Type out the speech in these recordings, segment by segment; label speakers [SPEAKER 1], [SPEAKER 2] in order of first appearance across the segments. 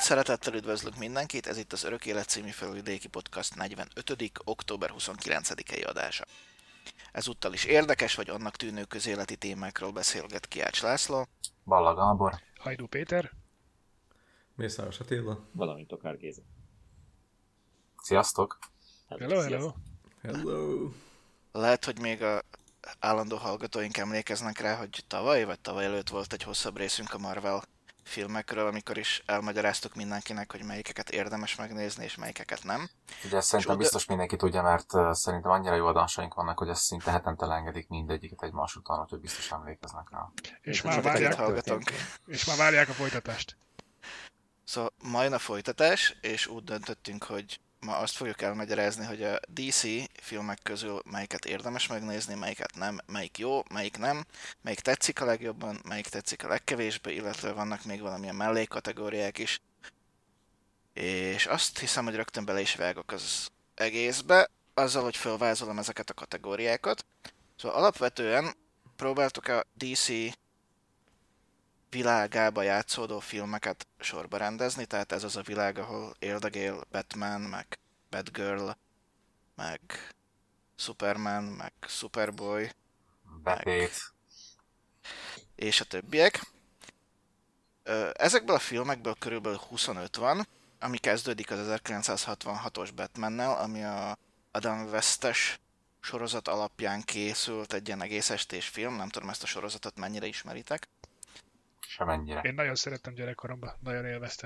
[SPEAKER 1] Nagy szeretettel üdvözlünk mindenkit, ez itt az Örök Élet című felvidéki podcast 45. október 29-i adása. Ezúttal is érdekes vagy annak tűnő közéleti témákról beszélget Kiács László,
[SPEAKER 2] Balla Gábor,
[SPEAKER 3] Hajdú Péter,
[SPEAKER 4] Mészáros Attila,
[SPEAKER 5] valamint Okár Géza.
[SPEAKER 2] sziasztok!
[SPEAKER 3] hello.
[SPEAKER 4] hello!
[SPEAKER 1] Lehet, hogy még a állandó hallgatóink emlékeznek rá, hogy tavaly vagy tavaly előtt volt egy hosszabb részünk a Marvel filmekről, amikor is elmagyaráztuk mindenkinek, hogy melyikeket érdemes megnézni, és melyikeket nem.
[SPEAKER 2] Ugye szerintem biztos mindenki tudja, mert szerintem annyira jó adásaink vannak, hogy ezt szinte hetente engedik mindegyiket egymás után, úgyhogy biztos emlékeznek rá.
[SPEAKER 3] És már várják a folytatást.
[SPEAKER 1] Szóval ma jön a folytatás, és úgy döntöttünk, hogy ma azt fogjuk elmagyarázni, hogy a DC filmek közül melyiket érdemes megnézni, melyiket nem, melyik jó, melyik nem, melyik tetszik a legjobban, melyik tetszik a legkevésbé, illetve vannak még valamilyen mellékkategóriák is. És azt hiszem, hogy rögtön bele is vágok az egészbe, azzal, hogy felvázolom ezeket a kategóriákat. Szóval alapvetően próbáltuk a DC világába játszódó filmeket sorba rendezni, tehát ez az a világ, ahol éldegél Batman, meg Batgirl, meg Superman, meg Superboy,
[SPEAKER 2] Betét.
[SPEAKER 1] és a többiek. Ezekből a filmekből körülbelül 25 van, ami kezdődik az 1966-os Batmannel, ami a Adam West-es sorozat alapján készült egy ilyen egész estés film, nem tudom ezt a sorozatot mennyire ismeritek.
[SPEAKER 2] Semennyire.
[SPEAKER 3] Én nagyon szerettem gyerekkoromban, nagyon élveztem.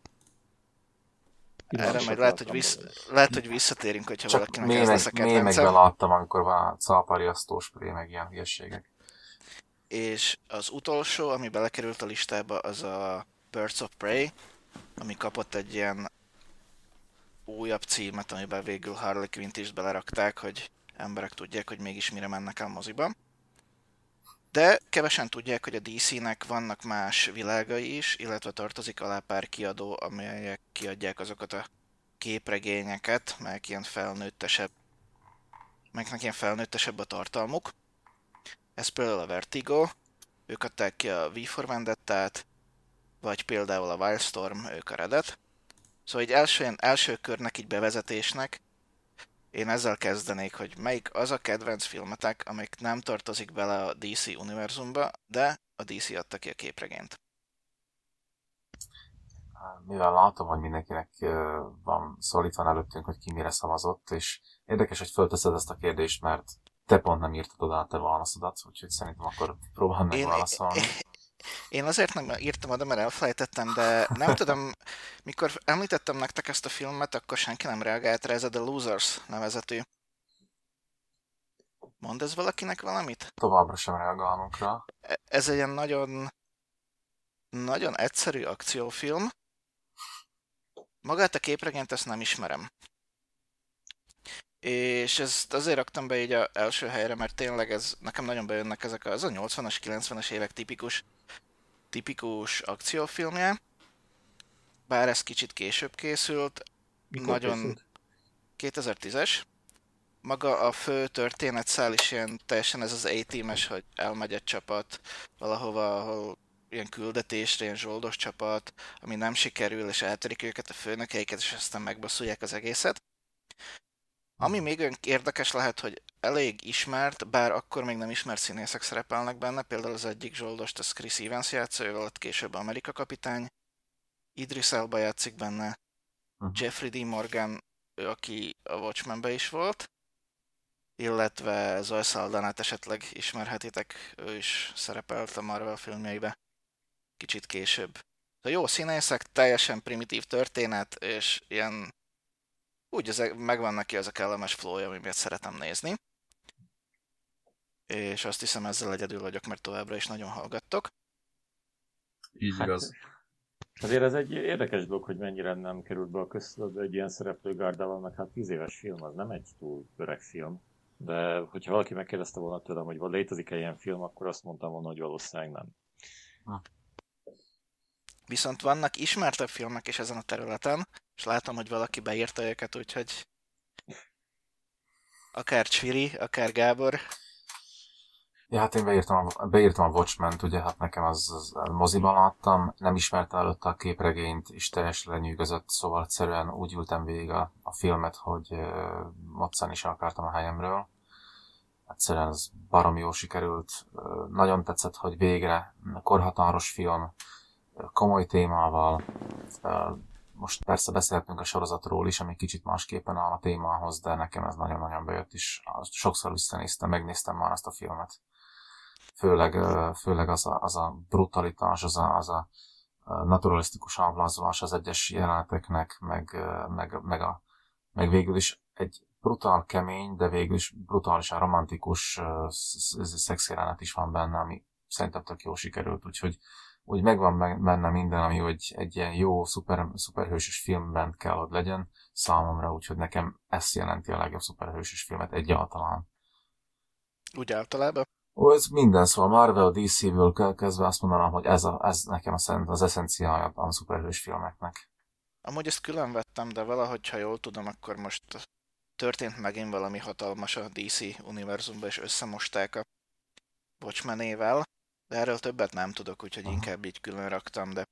[SPEAKER 1] Erre majd lehet, hogy visszatérünk, hogyha
[SPEAKER 2] Csak
[SPEAKER 1] valakinek ez lesz a kedvencem.
[SPEAKER 2] mémekben láttam, amikor van a cápariasztó spré, meg ilyen hülyeségek.
[SPEAKER 1] És az utolsó, ami belekerült a listába, az a Birds of Prey, ami kapott egy ilyen újabb címet, amiben végül Harley Quinn-t is belerakták, hogy emberek tudják, hogy mégis mire mennek el moziba. De kevesen tudják, hogy a DC-nek vannak más világai is, illetve tartozik alá pár kiadó, amelyek kiadják azokat a képregényeket, melyeknek ilyen felnőttesebb a tartalmuk. Ez például a Vertigo, ők adták ki a V for Vendettát, vagy például a Wildstorm, ők a Redet. Szóval egy első körnek így bevezetésnek én ezzel kezdenék, hogy melyik az a kedvenc filmetek, amelyik nem tartozik bele a DC univerzumba, de a DC adta ki a képregényt.
[SPEAKER 2] Mivel látom, hogy mindenkinek itt van előttünk, hogy ki mire szavazott, és érdekes, hogy fölteszed ezt a kérdést, mert te pont nem írtad oda a te válaszodat, úgyhogy szerintem akkor próbálj meg válaszolni.
[SPEAKER 1] Én azért nem írtam oda, mert elfelejtettem, de nem tudom, mikor említettem nektek ezt a filmet, akkor senki nem reagált rá, ez a The Losers nevezetű. Mond ez valakinek valamit?
[SPEAKER 2] Továbbra sem reagálunk rá.
[SPEAKER 1] Ez egy ilyen nagyon, nagyon egyszerű akciófilm. Magát a képregényt ezt nem ismerem. És ezt azért raktam be így az első helyre, mert tényleg nekem nagyon bejönnek ezek az a 80-as, 90-es évek tipikus akciófilmje. Bár ez kicsit később készült.
[SPEAKER 5] Mikor készült?
[SPEAKER 1] 2010-es. Maga a fő történetszál is ilyen teljesen ez az A-team-es, hogy elmegy egy csapat valahova, ahol ilyen küldetésre, ilyen zsoldos csapat, ami nem sikerül, és eltörik őket a főnökeiket, és aztán megbosszulják az egészet. Ami még olyan érdekes lehet, hogy elég ismert, bár akkor még nem ismert színészek szerepelnek benne, például az egyik zsoldost, az Chris Evans játsza, ő volt később Amerika kapitány, Idris Elba játszik benne, Jeffrey D. Morgan, ő aki a Watchmenben is volt, illetve Zoe Saldanát esetleg ismerhetitek, ő is szerepelt a Marvel filmjeibe kicsit később. De jó színészek, teljesen primitív történet, és ilyen úgy megvan neki az a kellemes flow-ja, ami miatt szeretem nézni. És azt hiszem ezzel egyedül vagyok, mert továbbra is nagyon hallgattok.
[SPEAKER 4] Így igaz.
[SPEAKER 5] Azért ez egy érdekes dolog, hogy mennyire nem került be a köztudatba egy ilyen szereplőgárdával, meg hát 10 éves film, az nem egy túl öreg film. De hogyha valaki megkérdezte volna tőlem, hogy létezik-e ilyen film, akkor azt mondtam volna, hogy valószínűleg nem.
[SPEAKER 1] Viszont vannak ismertebb filmek is ezen a területen, és látom, hogy valaki beírta őket, úgyhogy akár Csviri, akár Gábor.
[SPEAKER 2] Ja, hát én beírtam a Watchmen-t, ugye, hát nekem az moziban láttam, nem ismertem előtte a képregényt, és teljesen lenyűgözött, szóval egyszerűen úgy ültem végig a filmet, hogy moccani is akartam a helyemről. Egyszerűen ez baromi jól sikerült. Nagyon tetszett, hogy végre korhatáros film, komoly témával. Most persze beszélhetünk a sorozatról is, ami kicsit másképpen áll a témához, de nekem ez nagyon-nagyon bejött, és sokszor visszanéztem, megnéztem már ezt a filmet. Főleg az a brutalitás, az a naturalisztikus ábrázolás az egyes jeleneteknek, meg végül is egy brutál kemény, de végül is brutálisan romantikus szexjelenet is van benne, ami szerintem tök jól sikerült, úgyhogy úgy megvan benne minden, ami hogy egy ilyen jó, szuperhősös filmben kell, hogy legyen számomra, úgyhogy nekem ez jelenti a legjobb szuperhősös filmet egyáltalán.
[SPEAKER 1] Úgy általában?
[SPEAKER 2] Ez minden, szóval Marvel, DC-ből kezdve azt mondanám, hogy ez nekem az eszenciája a szuperhős filmeknek.
[SPEAKER 1] Amúgy ezt külön vettem, de valahogy, ha jól tudom, akkor most történt megint valami hatalmas a DC univerzumban, és összemosták a Watchmenével, de erről többet nem tudok, úgyhogy inkább így külön raktam, de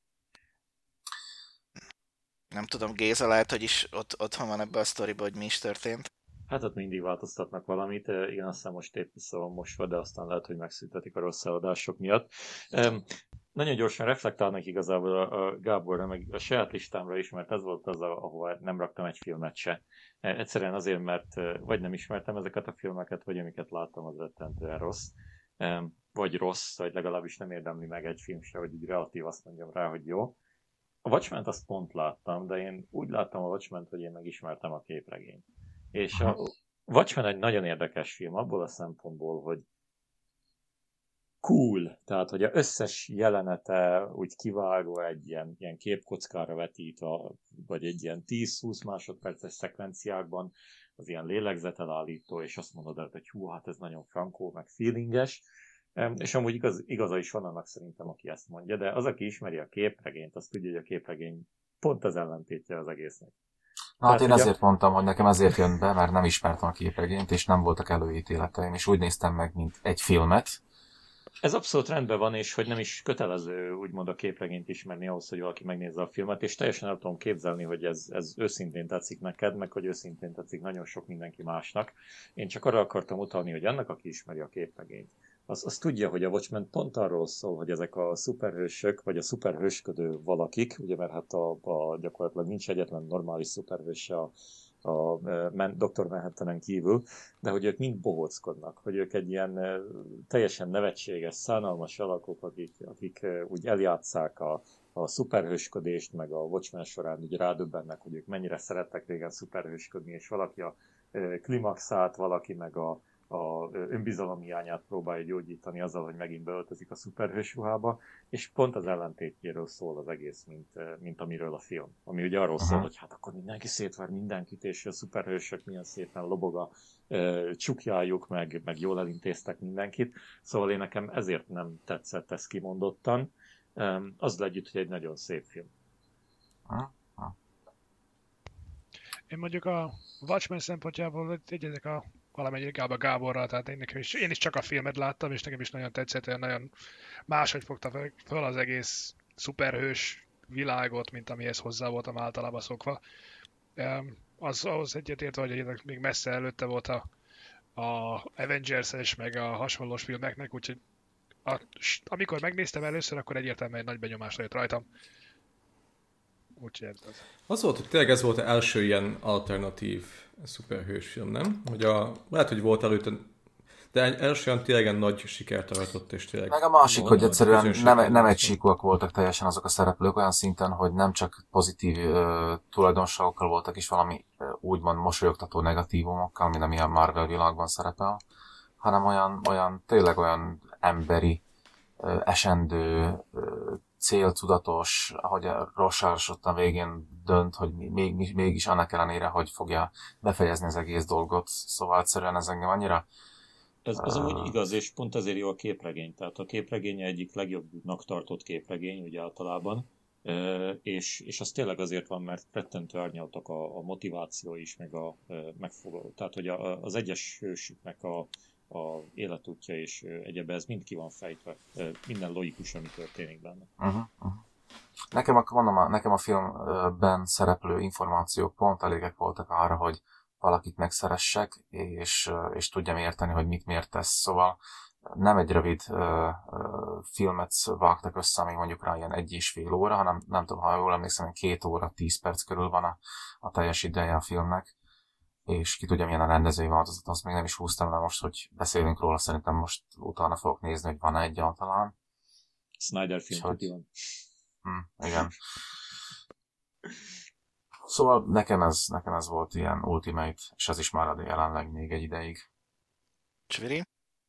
[SPEAKER 1] nem tudom, Géza lehet, hogy is otthon van ebbe a sztoriba, hogy mi is történt.
[SPEAKER 5] Hát ott mindig változtatnak valamit, igen, aztán most épp vissza van mosva, de aztán lehet, hogy megszüntetik a rossz eladások miatt. Nagyon gyorsan reflektálnak igazából a Gáborra, meg a saját listámra is, mert ez volt az, ahova nem raktam egy filmet se. Egyszerűen azért, mert vagy nem ismertem ezeket a filmeket, vagy amiket láttam, az rettentően rossz. Vagy rossz, vagy legalábbis nem érdemli meg egy film se, hogy így relatív azt mondjam rá, hogy jó. A Watchmen-t azt pont láttam, de én úgy láttam a Watchmen-t, hogy én megismertem a képregényt. És a Watchmen egy nagyon érdekes film, abból a szempontból, hogy cool, tehát hogy az összes jelenete úgy kivágva egy ilyen képkockára vetítve, vagy egy ilyen 10-20 másodperces szekvenciákban, az ilyen lélegzetelállító, és azt mondod el, hogy hú, hát ez nagyon frankó, meg feelinges, és amúgy igaza is van annak szerintem, aki ezt mondja, de az, aki ismeri a képregényt, azt tudja, hogy a képregény pont az ellentétje az egésznek.
[SPEAKER 2] Na hát én ezért mondtam, hogy nekem ezért jön be, mert nem ismertem a képregényt, és nem voltak előítéleteim, és úgy néztem meg, mint egy filmet.
[SPEAKER 5] Ez abszolút rendben van, és hogy nem is kötelező úgymond a képregényt ismerni ahhoz, hogy valaki megnézze a filmet, és teljesen el tudom képzelni, hogy ez őszintén tetszik neked, meg hogy őszintén tetszik nagyon sok mindenki másnak. Én csak arra akartam utalni, hogy annak, aki ismeri a képregényt, az tudja, hogy a Watchmen pont arról szól, hogy ezek a szuperhősök, vagy a szuperhősködő valakik, ugye mert hát gyakorlatilag nincs egyetlen normális szuperhős a Dr. Manhattanen kívül, de hogy ők mind bohóckodnak, hogy ők egy ilyen teljesen nevetséges, szánalmas alakok, akik úgy eljátszák a szuperhősködést, meg a Watchmen során úgy rádöbbennek, hogy ők mennyire szerettek régen szuperhősködni, és valaki a klimaxát, valaki meg a önbizalom hiányát próbálja gyógyítani azzal, hogy megint beöltözik a szuperhős ruhába, és pont az ellentétjéről szól az egész, mint amiről a film. Ami ugye arról szól, hogy hát akkor mindenki szétver mindenkit, és a szuperhősök milyen szépen lobog a csukjájuk, meg jól elintéztek mindenkit. Szóval én nekem ezért nem tetszett ez kimondottan. Azzal együtt, hogy egy nagyon szép film.
[SPEAKER 3] Én mondjuk a Watchmen szempontjából egyezek valamennyire Gáborral, tehát én is csak a filmet láttam, és nekem is nagyon tetszett, olyan nagyon máshogy fogta fel az egész szuperhős világot, mint amihez hozzá voltam általában szokva. Ahhoz egyetértve, hogy még messze előtte volt a Avengers-es, meg a hasonlós filmeknek, úgyhogy amikor megnéztem először, akkor egyértelműen egy nagy benyomás jött rajtam. Úgyhogy ez az.
[SPEAKER 4] Az volt, hogy tényleg ez volt az első ilyen alternatív szuperhős film, nem? Hogy lehet, hogy volt előtte, de első tényleg nagy sikert aratott, és tényleg...
[SPEAKER 2] Meg a másik, hogy egyszerűen nem egysíkúak voltak teljesen azok a szereplők, olyan szinten, hogy nem csak pozitív tulajdonságokkal voltak is valami úgymond mosolyogtató negatívumokkal, mint ami a Marvel világban szerepel, hanem tényleg olyan emberi, esendő, céltudatos, ahogy a Rorschach ott a végén dönt, hogy mégis annak ellenére, hogy fogja befejezni az egész dolgot. Szóval egyszerűen ez engem annyira...
[SPEAKER 5] Ez amúgy igaz, és pont ezért jó a képregény. Tehát a képregény egyik legjobbnak tartott képregény, ugye általában. És az tényleg azért van, mert rettentő árnyaltak a motiváció is, meg megfogó. Tehát, hogy az egyes hősüknek a életútja és egyebe, ez mind ki van fejtve. Minden logikus, ami történik benne.
[SPEAKER 2] Nekem a filmben szereplő információk pont elégek voltak arra, hogy valakit megszeressek, és tudjam érteni, hogy mit miért tesz. Szóval nem egy rövid filmet vágtak össze, ami mondjuk rá ilyen 1,5 óra, hanem nem tudom, ha jól emlékszem, 2 óra 10 perc körül van a teljes ideje a filmnek, és ki tudja, milyen a rendezői változat, azt még nem is húztam le most, hogy beszélünk róla, szerintem most utána fogok nézni, hogy van-e egyáltalán.
[SPEAKER 5] Snyder film tuti van.
[SPEAKER 2] Igen. Szóval nekem ez volt ilyen Ultimate, és ez is marad jelenleg még egy ideig.
[SPEAKER 1] Csviri?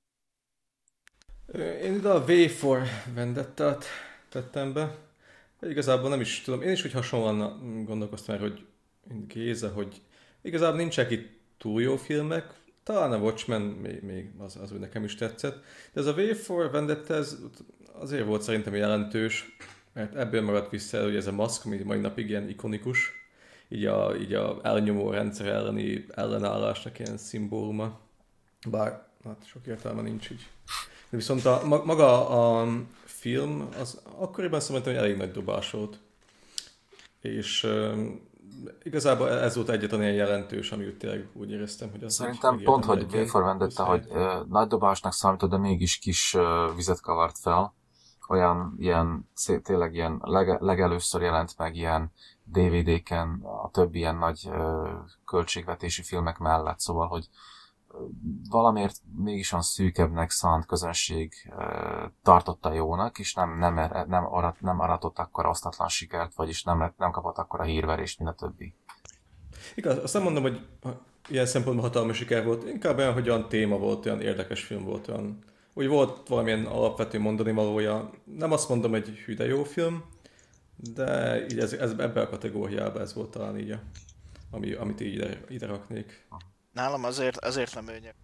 [SPEAKER 4] Én ide a V for Vendettát tettem be. Igazából nem is tudom, én is úgy hasonlóan gondolkoztam már, hogy Géza, hogy igazából nincsenek itt túl jó filmek, talán a Watchmen még az úgy nekem is tetszett, de ez a V for Vendetta ez azért volt szerintem jelentős, mert ebből maradt vissza, hogy ez a maszk, ami mai napig ilyen ikonikus, így a elnyomó rendszer elleni ellenállásnak ilyen szimbóluma, bár hát sok értelme nincs így. De viszont maga a film, az akkoriban szerintem elég nagy dobás volt. És igazából ez volt egyetlen ilyen jelentős, ami tényleg úgy éreztem, hogy az...
[SPEAKER 2] Szerintem pont, hogy V for Vendetta, hogy nagy dobásnak számított, de mégis kis vizet kavart fel. Olyan ilyen, tényleg ilyen legelőször jelent meg ilyen DVD-ken a többi ilyen nagy költségvetési filmek mellett, szóval, hogy valamiért mégis olyan szűkebbnek szánt közönség tartotta jónak, és nem aratott akkora osztatlan sikert, vagyis nem kapott akkora hírverést, mint a többi.
[SPEAKER 4] Igaz, azt nem mondom, hogy ilyen szempontból hatalmas siker volt, inkább olyan, hogy olyan téma volt, olyan érdekes film volt, olyan, úgy volt valamilyen alapvető mondani valója. Nem azt mondom, egy hüde jó film, de így ez ebben a kategóriában ez volt talán így, amit így ide raknék.
[SPEAKER 1] Nálam azért nem ő.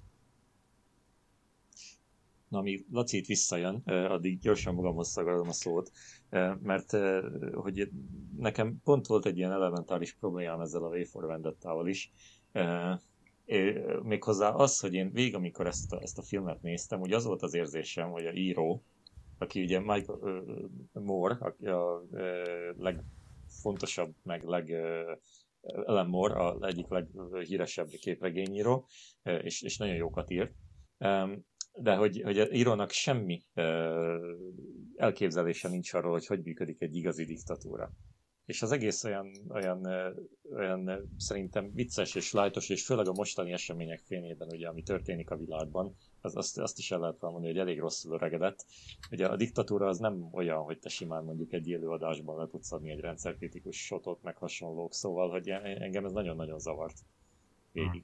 [SPEAKER 5] Na, amíg Laci itt visszajön, addig gyorsan magamhoz szagadom a szót, mert hogy nekem pont volt egy ilyen elementáris problémám ezzel a V for Vendettával is. Méghozzá az, hogy én végig, amikor ezt a filmet néztem, úgy az volt az érzésem, hogy a író, aki ugye Michael Moore, aki a legfontosabb, meg Alan Moore, az egyik leghíresebb képregényíró, és nagyon jókat írt. De hogy a írónak semmi elképzelése nincs arról, hogy működik egy igazi diktatúra. És az egész olyan szerintem vicces és lájtos, és főleg a mostani események fényében, ugye, ami történik a világban, azt is el lehet mondani, hogy elég rosszul öregedett. Ugye a diktatúra az nem olyan, hogy te simán mondjuk egy élőadásban le tudsz adni egy rendszerkritikus shotot, meg hasonlók, szóval, hogy engem ez nagyon-nagyon zavart végig.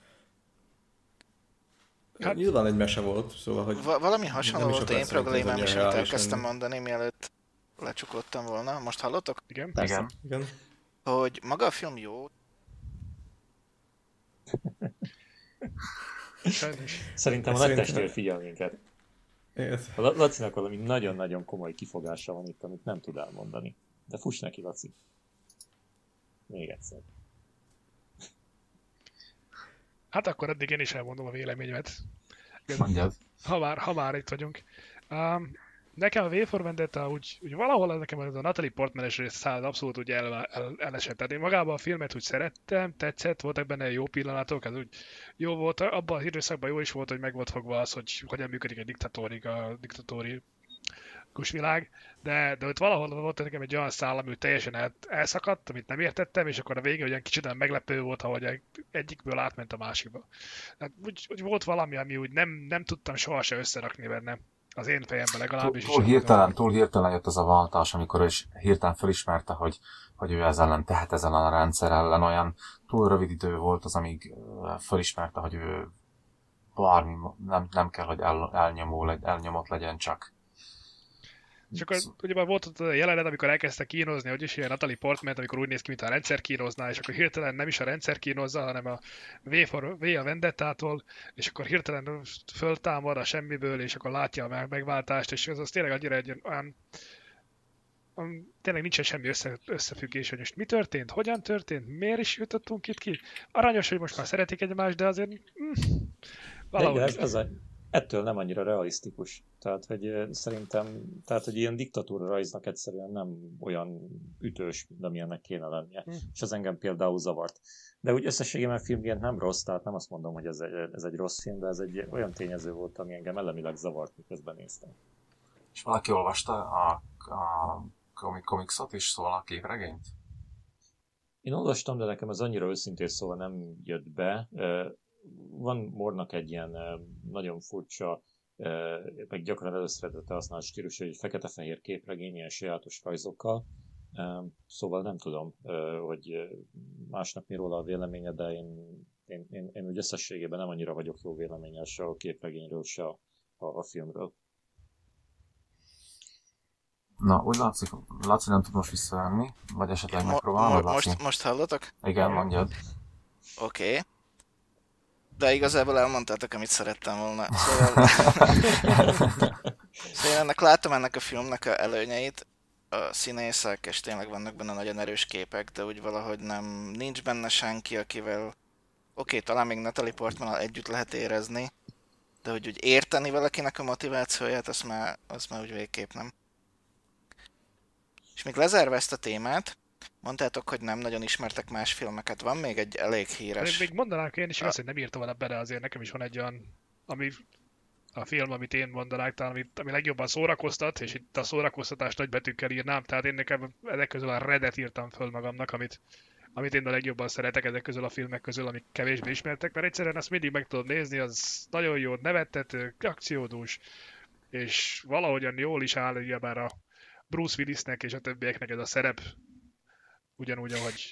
[SPEAKER 4] Hát, nyilván egy mese volt, szóval, hogy...
[SPEAKER 1] Valami hasonló volt én problémám, és amit elkezdtem mondani, mielőtt lecsukottam volna. Most hallottok?
[SPEAKER 3] Igen.
[SPEAKER 4] Igen.
[SPEAKER 1] Hogy maga a film jó.
[SPEAKER 5] Szerintem a nagy testvér figyel minket. A Lacinak valami nagyon-nagyon komoly kifogása van itt, amit nem tud elmondani. De fuss neki, Laci. Még egyszer.
[SPEAKER 3] Hát akkor eddig én is elmondom a véleményemet.
[SPEAKER 2] Mondjad.
[SPEAKER 3] Ha már itt vagyunk. Nekem a V for Vendetta úgy valahol nekem ez a Natalie Portman-es száll abszolút úgy elesett. Tehát én magában a filmet úgy szerettem, tetszett, voltak benne jó pillanatok, ez úgy jó volt, abban az időszakban jó is volt, hogy meg volt fogva az, hogy hogyan működik egy diktatórikus világ, de ott valahol volt nekem egy olyan szál, ami teljesen elszakadt, amit nem értettem, és akkor a végén olyan kicsit meglepő volt, ahogy egyikből átment a másikba. Tehát úgy volt valami, ami úgy nem tudtam sohasem összerakni benne. Az én fejemben legalábbis.
[SPEAKER 2] Túl hirtelen jött az a váltás, amikor is hirtelen felismerte, hogy ő ezen a rendszer ellen, olyan túl rövid idő volt az, amíg felismerte, hogy ő bármi, nem kell, hogy elnyomott legyen csak.
[SPEAKER 3] És akkor ugye volt ott a jelenet, amikor elkezdte kínozni, hogy is ilyen Natalie Portman, amikor úgy néz ki, mint a rendszer kínozná, és akkor hirtelen nem is a rendszer kínozza, hanem a V a Vendettától, és akkor hirtelen föltámad a semmiből, és akkor látja a megváltást, és az tényleg annyira egy olyan tényleg nincsen semmi összefüggés, hogy most mi történt, hogyan történt, miért is jutottunk itt ki. Aranyos, hogy most már szeretik egymást, de azért Valahogy.
[SPEAKER 5] Ettől nem annyira realisztikus. Tehát, hogy szerintem, hogy ilyen diktatúra rajznak egyszerűen nem olyan ütős, mint amilyennek kéne lennie. És az engem például zavart. De úgy összességében filmként nem rossz, tehát nem azt mondom, hogy ez egy rossz film, de ez egy olyan tényező volt, ami engem elemileg zavart, miközben néztem.
[SPEAKER 2] És valaki olvasta a komikszot is, szóval a képregényt?
[SPEAKER 5] Én olvastam, de nekem ez annyira őszintén szóval nem jött be. Van Moore-nak egy ilyen nagyon furcsa, meg gyakran előszeretettel használt stílus, hogy fekete-fehér képregény, ilyen sajátos rajzokkal. Szóval nem tudom, hogy másnak mi róla a véleménye, de én úgy összességében nem annyira vagyok jó véleményel se a képregényről, se a filmről.
[SPEAKER 2] Na, úgy látszik, nem tud most visszavenni, vagy esetleg megpróbálom,
[SPEAKER 1] most hallotok?
[SPEAKER 2] Igen, mondjad.
[SPEAKER 1] Oké. De igazából elmondtátok, amit szerettem volna. Szóval látom ennek a filmnek a előnyeit, a színészek, és tényleg vannak benne nagyon erős képek, de úgy valahogy nincs benne senki, akivel talán még Natalie Portmannal együtt lehet érezni, de hogy úgy érteni valakinek a motivációját, azt már úgy végképp nem. És még lezárva ezt a témát, mondtátok, hogy nem nagyon ismertek más filmeket. Van még egy elég híres...
[SPEAKER 3] Még mondanám, én is igaz, hogy nem írtam volna bele, azért nekem is van egy olyan, a film, amit én mondanák, talán, ami legjobban szórakoztat, és itt a szórakoztatást nagybetűkkel írnám, tehát én nekem ezek közül a Redet írtam föl magamnak, amit én a legjobban szeretek ezek közül a filmek közül, amik kevésbé ismertek, mert egyszerűen azt mindig meg tudom nézni, az nagyon jó, nevettető, akciódús, és valahogyan jól is áll, ugyebár a Bruce Willisnek és a többieknek ez a szerep, ugyanúgy, ahogy...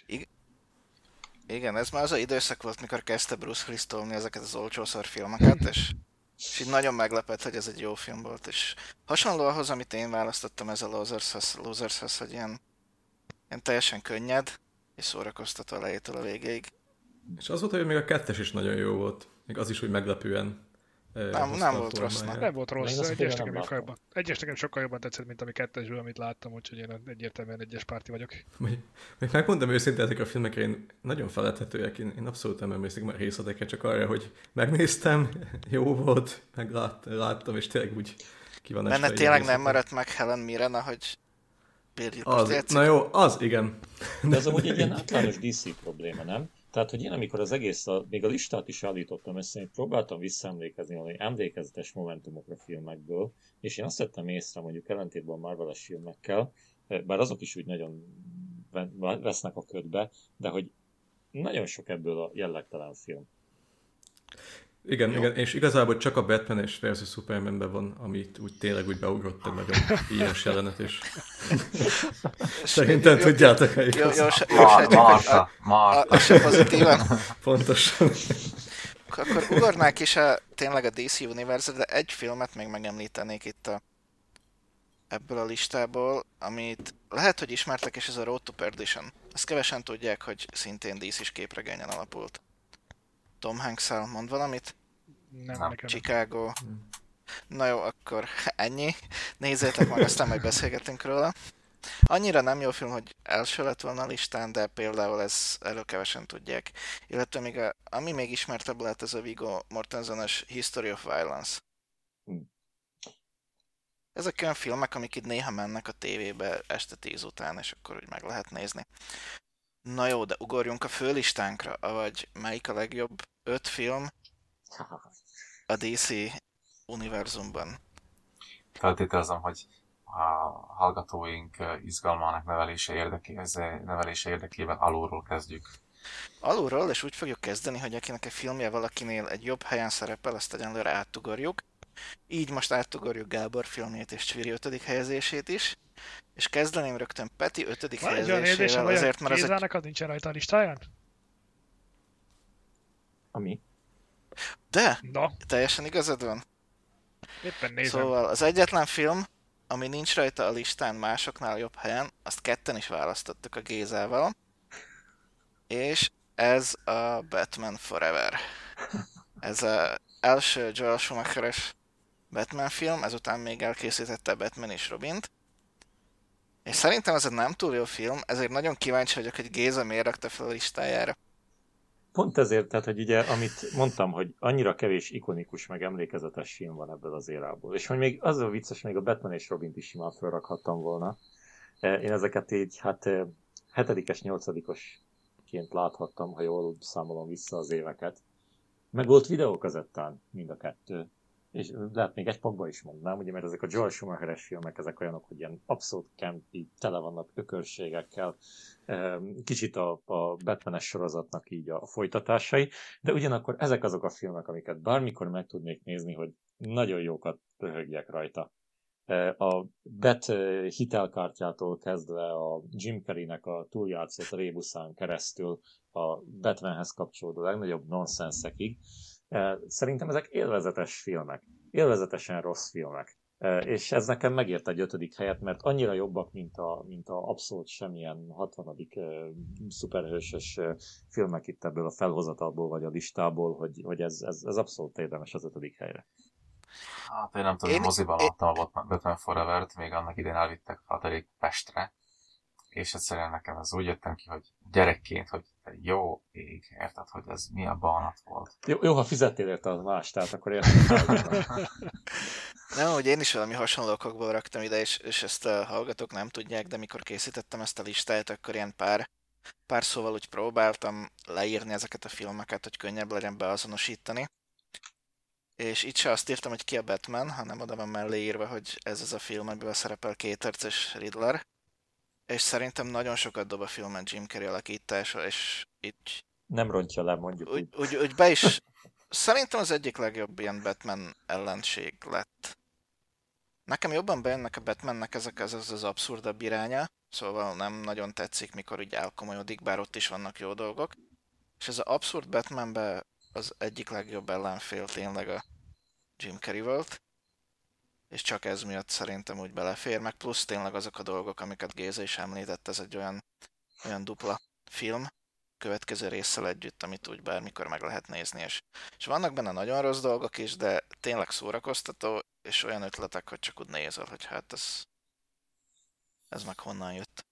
[SPEAKER 1] Igen, ez már az az időszak volt, mikor kezdte Bruce Willis tolni ezeket az olcsószor filmeket, és így nagyon meglepett, hogy ez egy jó film volt, és hasonló ahhoz, amit én választottam ez a Losershez, hogy ilyen teljesen könnyed, és szórakoztató elejétől a végéig.
[SPEAKER 4] És az volt, hogy még a 2-es is nagyon jó volt, még az is úgy meglepően.
[SPEAKER 1] Nem volt rossz.
[SPEAKER 3] Nem volt rossz, egyes nekem sokkal jobban tetszett, mint ami 2-esből, amit láttam, úgyhogy én egyértelműen egyes párti vagyok.
[SPEAKER 4] Még megmondom őszintén, ezek a filmekre én nagyon feledhetőek, én abszolút nem emlékszik már részletekre, csak arra, hogy megnéztem, jó volt, megláttam, és tényleg úgy ki van esve.
[SPEAKER 1] Benne tényleg nem maradt meg Helen Mirren, ahogy
[SPEAKER 4] na jó, az igen.
[SPEAKER 5] De ez amúgy egy ilyen általános DC probléma, nem? Tehát, hogy én amikor az egész, még a listát is állítottam össze, én próbáltam visszaemlékezni valami emlékezetes momentumokra filmekből, és én azt vettem észre, mondjuk ellentétben a Marvel-es filmekkel, bár azok is úgy nagyon vesznek a ködbe, de hogy nagyon sok ebből a jellegtelen film.
[SPEAKER 4] Igen, és igazából csak a Batman és versus Supermanben van, amit úgy tényleg úgy beugrott egy nagyon íres jelenet, és szerintem tudjátok, hogy
[SPEAKER 1] Marta. Az se pozitívan.
[SPEAKER 4] Pontosan.
[SPEAKER 1] Akkor ugornák is tényleg a DC Universe, de egy filmet még megemlítenék itt ebből a listából, amit lehet, hogy ismertek, és ez a Road to Perdition. Ezt kevesen tudják, hogy szintén DC-s képregényen alapult. Tom Hanks-el mond valamit?
[SPEAKER 3] Nem.
[SPEAKER 1] Chicago. Na jó, akkor ennyi. Nézzétek meg, aztán majd beszélgetünk róla. Annyira nem jó film, hogy első lett volna a listán, de például erről kevesen tudják. Illetve ami még ismertebb lehet, ez a Viggo Mortensen-es History of Violence. Ezek olyan filmek, amik itt néha mennek a tévébe este 10 után, és akkor úgy meg lehet nézni. Na jó, de ugorjunk a főlistánkra, vagy melyik a legjobb 5 film a DC univerzumban?
[SPEAKER 2] Feltételezem, hogy a hallgatóink izgalmának nevelése érdekében alulról kezdjük.
[SPEAKER 1] Alulról, és úgy fogjuk kezdeni, hogy akinek egy filmje valakinél egy jobb helyen szerepel, azt egyenlőre átugorjuk. Így most átugorjuk Gábor filmjét és Csviri 5. helyezését is. És kezdeném rögtön Peti 5. helyezésével, azért mert
[SPEAKER 3] Gézának az nincsen rajta a listáján?
[SPEAKER 5] Ami?
[SPEAKER 1] De!
[SPEAKER 3] Na.
[SPEAKER 1] Teljesen igazad van.
[SPEAKER 3] Éppen nézem.
[SPEAKER 1] Szóval az egyetlen film, ami nincs rajta a listán másoknál jobb helyen, azt ketten is választottuk a Gézával. És ez a Batman Forever. Ez az első Joel Schumacher-es Batman film, ezután még elkészítette Batman és Robint. És szerintem ez egy nem túl jó film, ezért nagyon kíváncsi vagyok, hogy Géza miért rakta fel a listájára.
[SPEAKER 5] pont ezért, tehát, hogy ugye, amit mondtam, hogy annyira kevés ikonikus, meg emlékezetes film van ebből az érából. És hogy még az a vicces, még a Batman és Robint is simán felrakhattam volna. Én ezeket így, hát 7-es, 8-osként láthattam, ha jól számolom vissza az éveket. Meg volt videókazettán mind a kettő. És lehet még egy pontban is mondnám, ugye, mert ezek a Joel Schumacher-es filmek, ezek olyanok, hogy ilyen abszolút campi, tele vannak ökörségekkel, kicsit a Batman-es sorozatnak így a folytatásai, de ugyanakkor ezek azok a filmek, amiket bármikor meg tudnék nézni, hogy nagyon jókat röhögjek rajta. A Bet hitelkártyától kezdve a Jim Carreynek a túljátszott rébuszán keresztül a Batmanhez kapcsolódó legnagyobb nonsenszekig. Szerintem ezek élvezetes filmek. Élvezetesen rossz filmek. És ez nekem megért egy 5. helyet, mert annyira jobbak, mint a abszolút semmilyen 60. szuperhősös filmek itt ebből a felhozatalból vagy a listából, hogy ez abszolút érdemes az 5. helyre.
[SPEAKER 2] Hát én nem tudom, moziban láttam a Batman Forever-t, még annak idén elvittek Fatelék Pestre, és egyszerűen nekem ez úgy jöttem ki, hogy gyerekként, hogy jó ég, érted, hogy ez milyen banat volt.
[SPEAKER 5] Jó, ha fizettél érte az más, tehát akkor értem.
[SPEAKER 1] Nem, hogy én is valami hasonló okokból raktam ide, és ezt a hallgatók nem tudják, de mikor készítettem ezt a listát, akkor ilyen pár szóval úgy próbáltam leírni ezeket a filmeket, hogy könnyebb legyen beazonosítani. És itt se azt írtam, hogy ki a Batman, hanem oda van mellé írva, hogy ez az a film, amiből szerepel Két és Riddler. És szerintem nagyon sokat dob a filmen Jim Carrey alakítása, és így...
[SPEAKER 5] Nem rontja le, mondjuk
[SPEAKER 1] úgy be is... Szerintem az egyik legjobb ilyen Batman ellenség lett. Nekem jobban bejönnek a Batmannek ezek az abszurdabb iránya, szóval nem nagyon tetszik, mikor úgy elkomolyodik, bár ott is vannak jó dolgok. És ez az abszurd Batmanben az egyik legjobb ellenfél tényleg a Jim Carrey volt. És csak ez miatt szerintem úgy belefér, meg plusz tényleg azok a dolgok, amiket Géza is említett, ez egy olyan dupla film, következő résszel együtt, amit úgy bármikor meg lehet nézni, és vannak benne nagyon rossz dolgok is, de tényleg szórakoztató, és olyan ötletek, hogy csak úgy nézel, hogy hát ez meg honnan jött.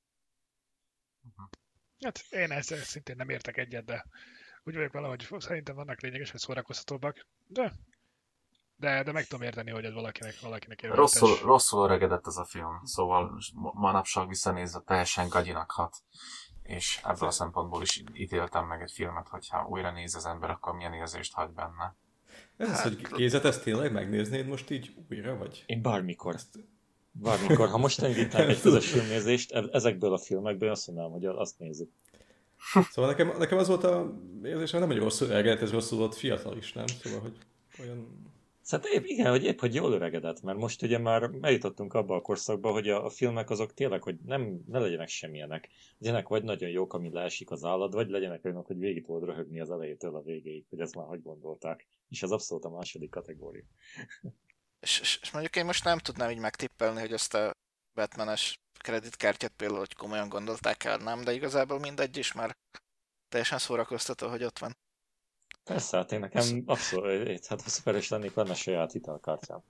[SPEAKER 3] Hát én ezzel szintén nem értek egyet, de úgy vagyok vele, hogy szerintem vannak lényeges, hogy szórakoztatóbbak, de meg tudom érteni, hogy ez valakinek érdemes.
[SPEAKER 2] Rosszul öregedett ez a film, szóval manapság visszanézve teljesen gagyinak hat. És ebből a szempontból is ítéltem meg egy filmet, hogyha újra néz az ember, akkor milyen érzést hagy benne.
[SPEAKER 4] Ez, hogy Gézet, ezt tényleg megnéznéd most így újra, vagy?
[SPEAKER 5] Én bármikor. Bármikor. Ha most indítanám egy közös filmnézést, ezekből a filmekből azt mondanám, hogy azt nézzük.
[SPEAKER 4] Szóval nekem az volt a érzésem, nem egy rosszul öregedett, ez rosszul volt fiatal is, nem? Szóval, hogy olyan...
[SPEAKER 5] Szerintem épp, hogy jól öregedett, mert most ugye már eljutottunk abba a korszakba, hogy a filmek azok tényleg, hogy ne legyenek semmilyenek. Legyenek vagy nagyon jók, ami leesik az állad, vagy legyenek olyanok, hogy végig tudod röhögni az elejétől a végéig, hogy ezt már hogy gondolták. És ez abszolút a második kategória.
[SPEAKER 1] És mondjuk én most nem tudnám így megtippelni, hogy ezt a Batman-es kreditkártyát például, hogy komolyan gondolták el, nem, de igazából mindegy is már teljesen szórakoztató, hogy ott van.
[SPEAKER 5] Persze, hát én nekem abszolút, hát ha szuperős lennék, lenne saját hitelkártyám.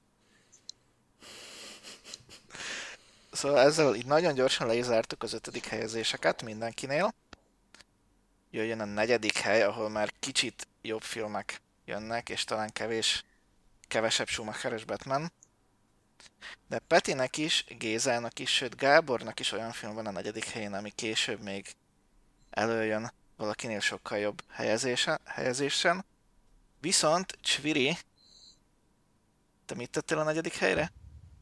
[SPEAKER 1] Szóval ezzel így nagyon gyorsan le is zártuk az 5. helyezéseket mindenkinél. Jöjjön a 4. hely, ahol már kicsit jobb filmek jönnek, és talán kevesebb Schumacher-es Batman. De Petinek is, Gézának is, sőt Gábornak is olyan film van a 4. helyen, ami később még előjön valakinél sokkal jobb helyezésen. Viszont Csviri, te mit tettél a 4. helyre?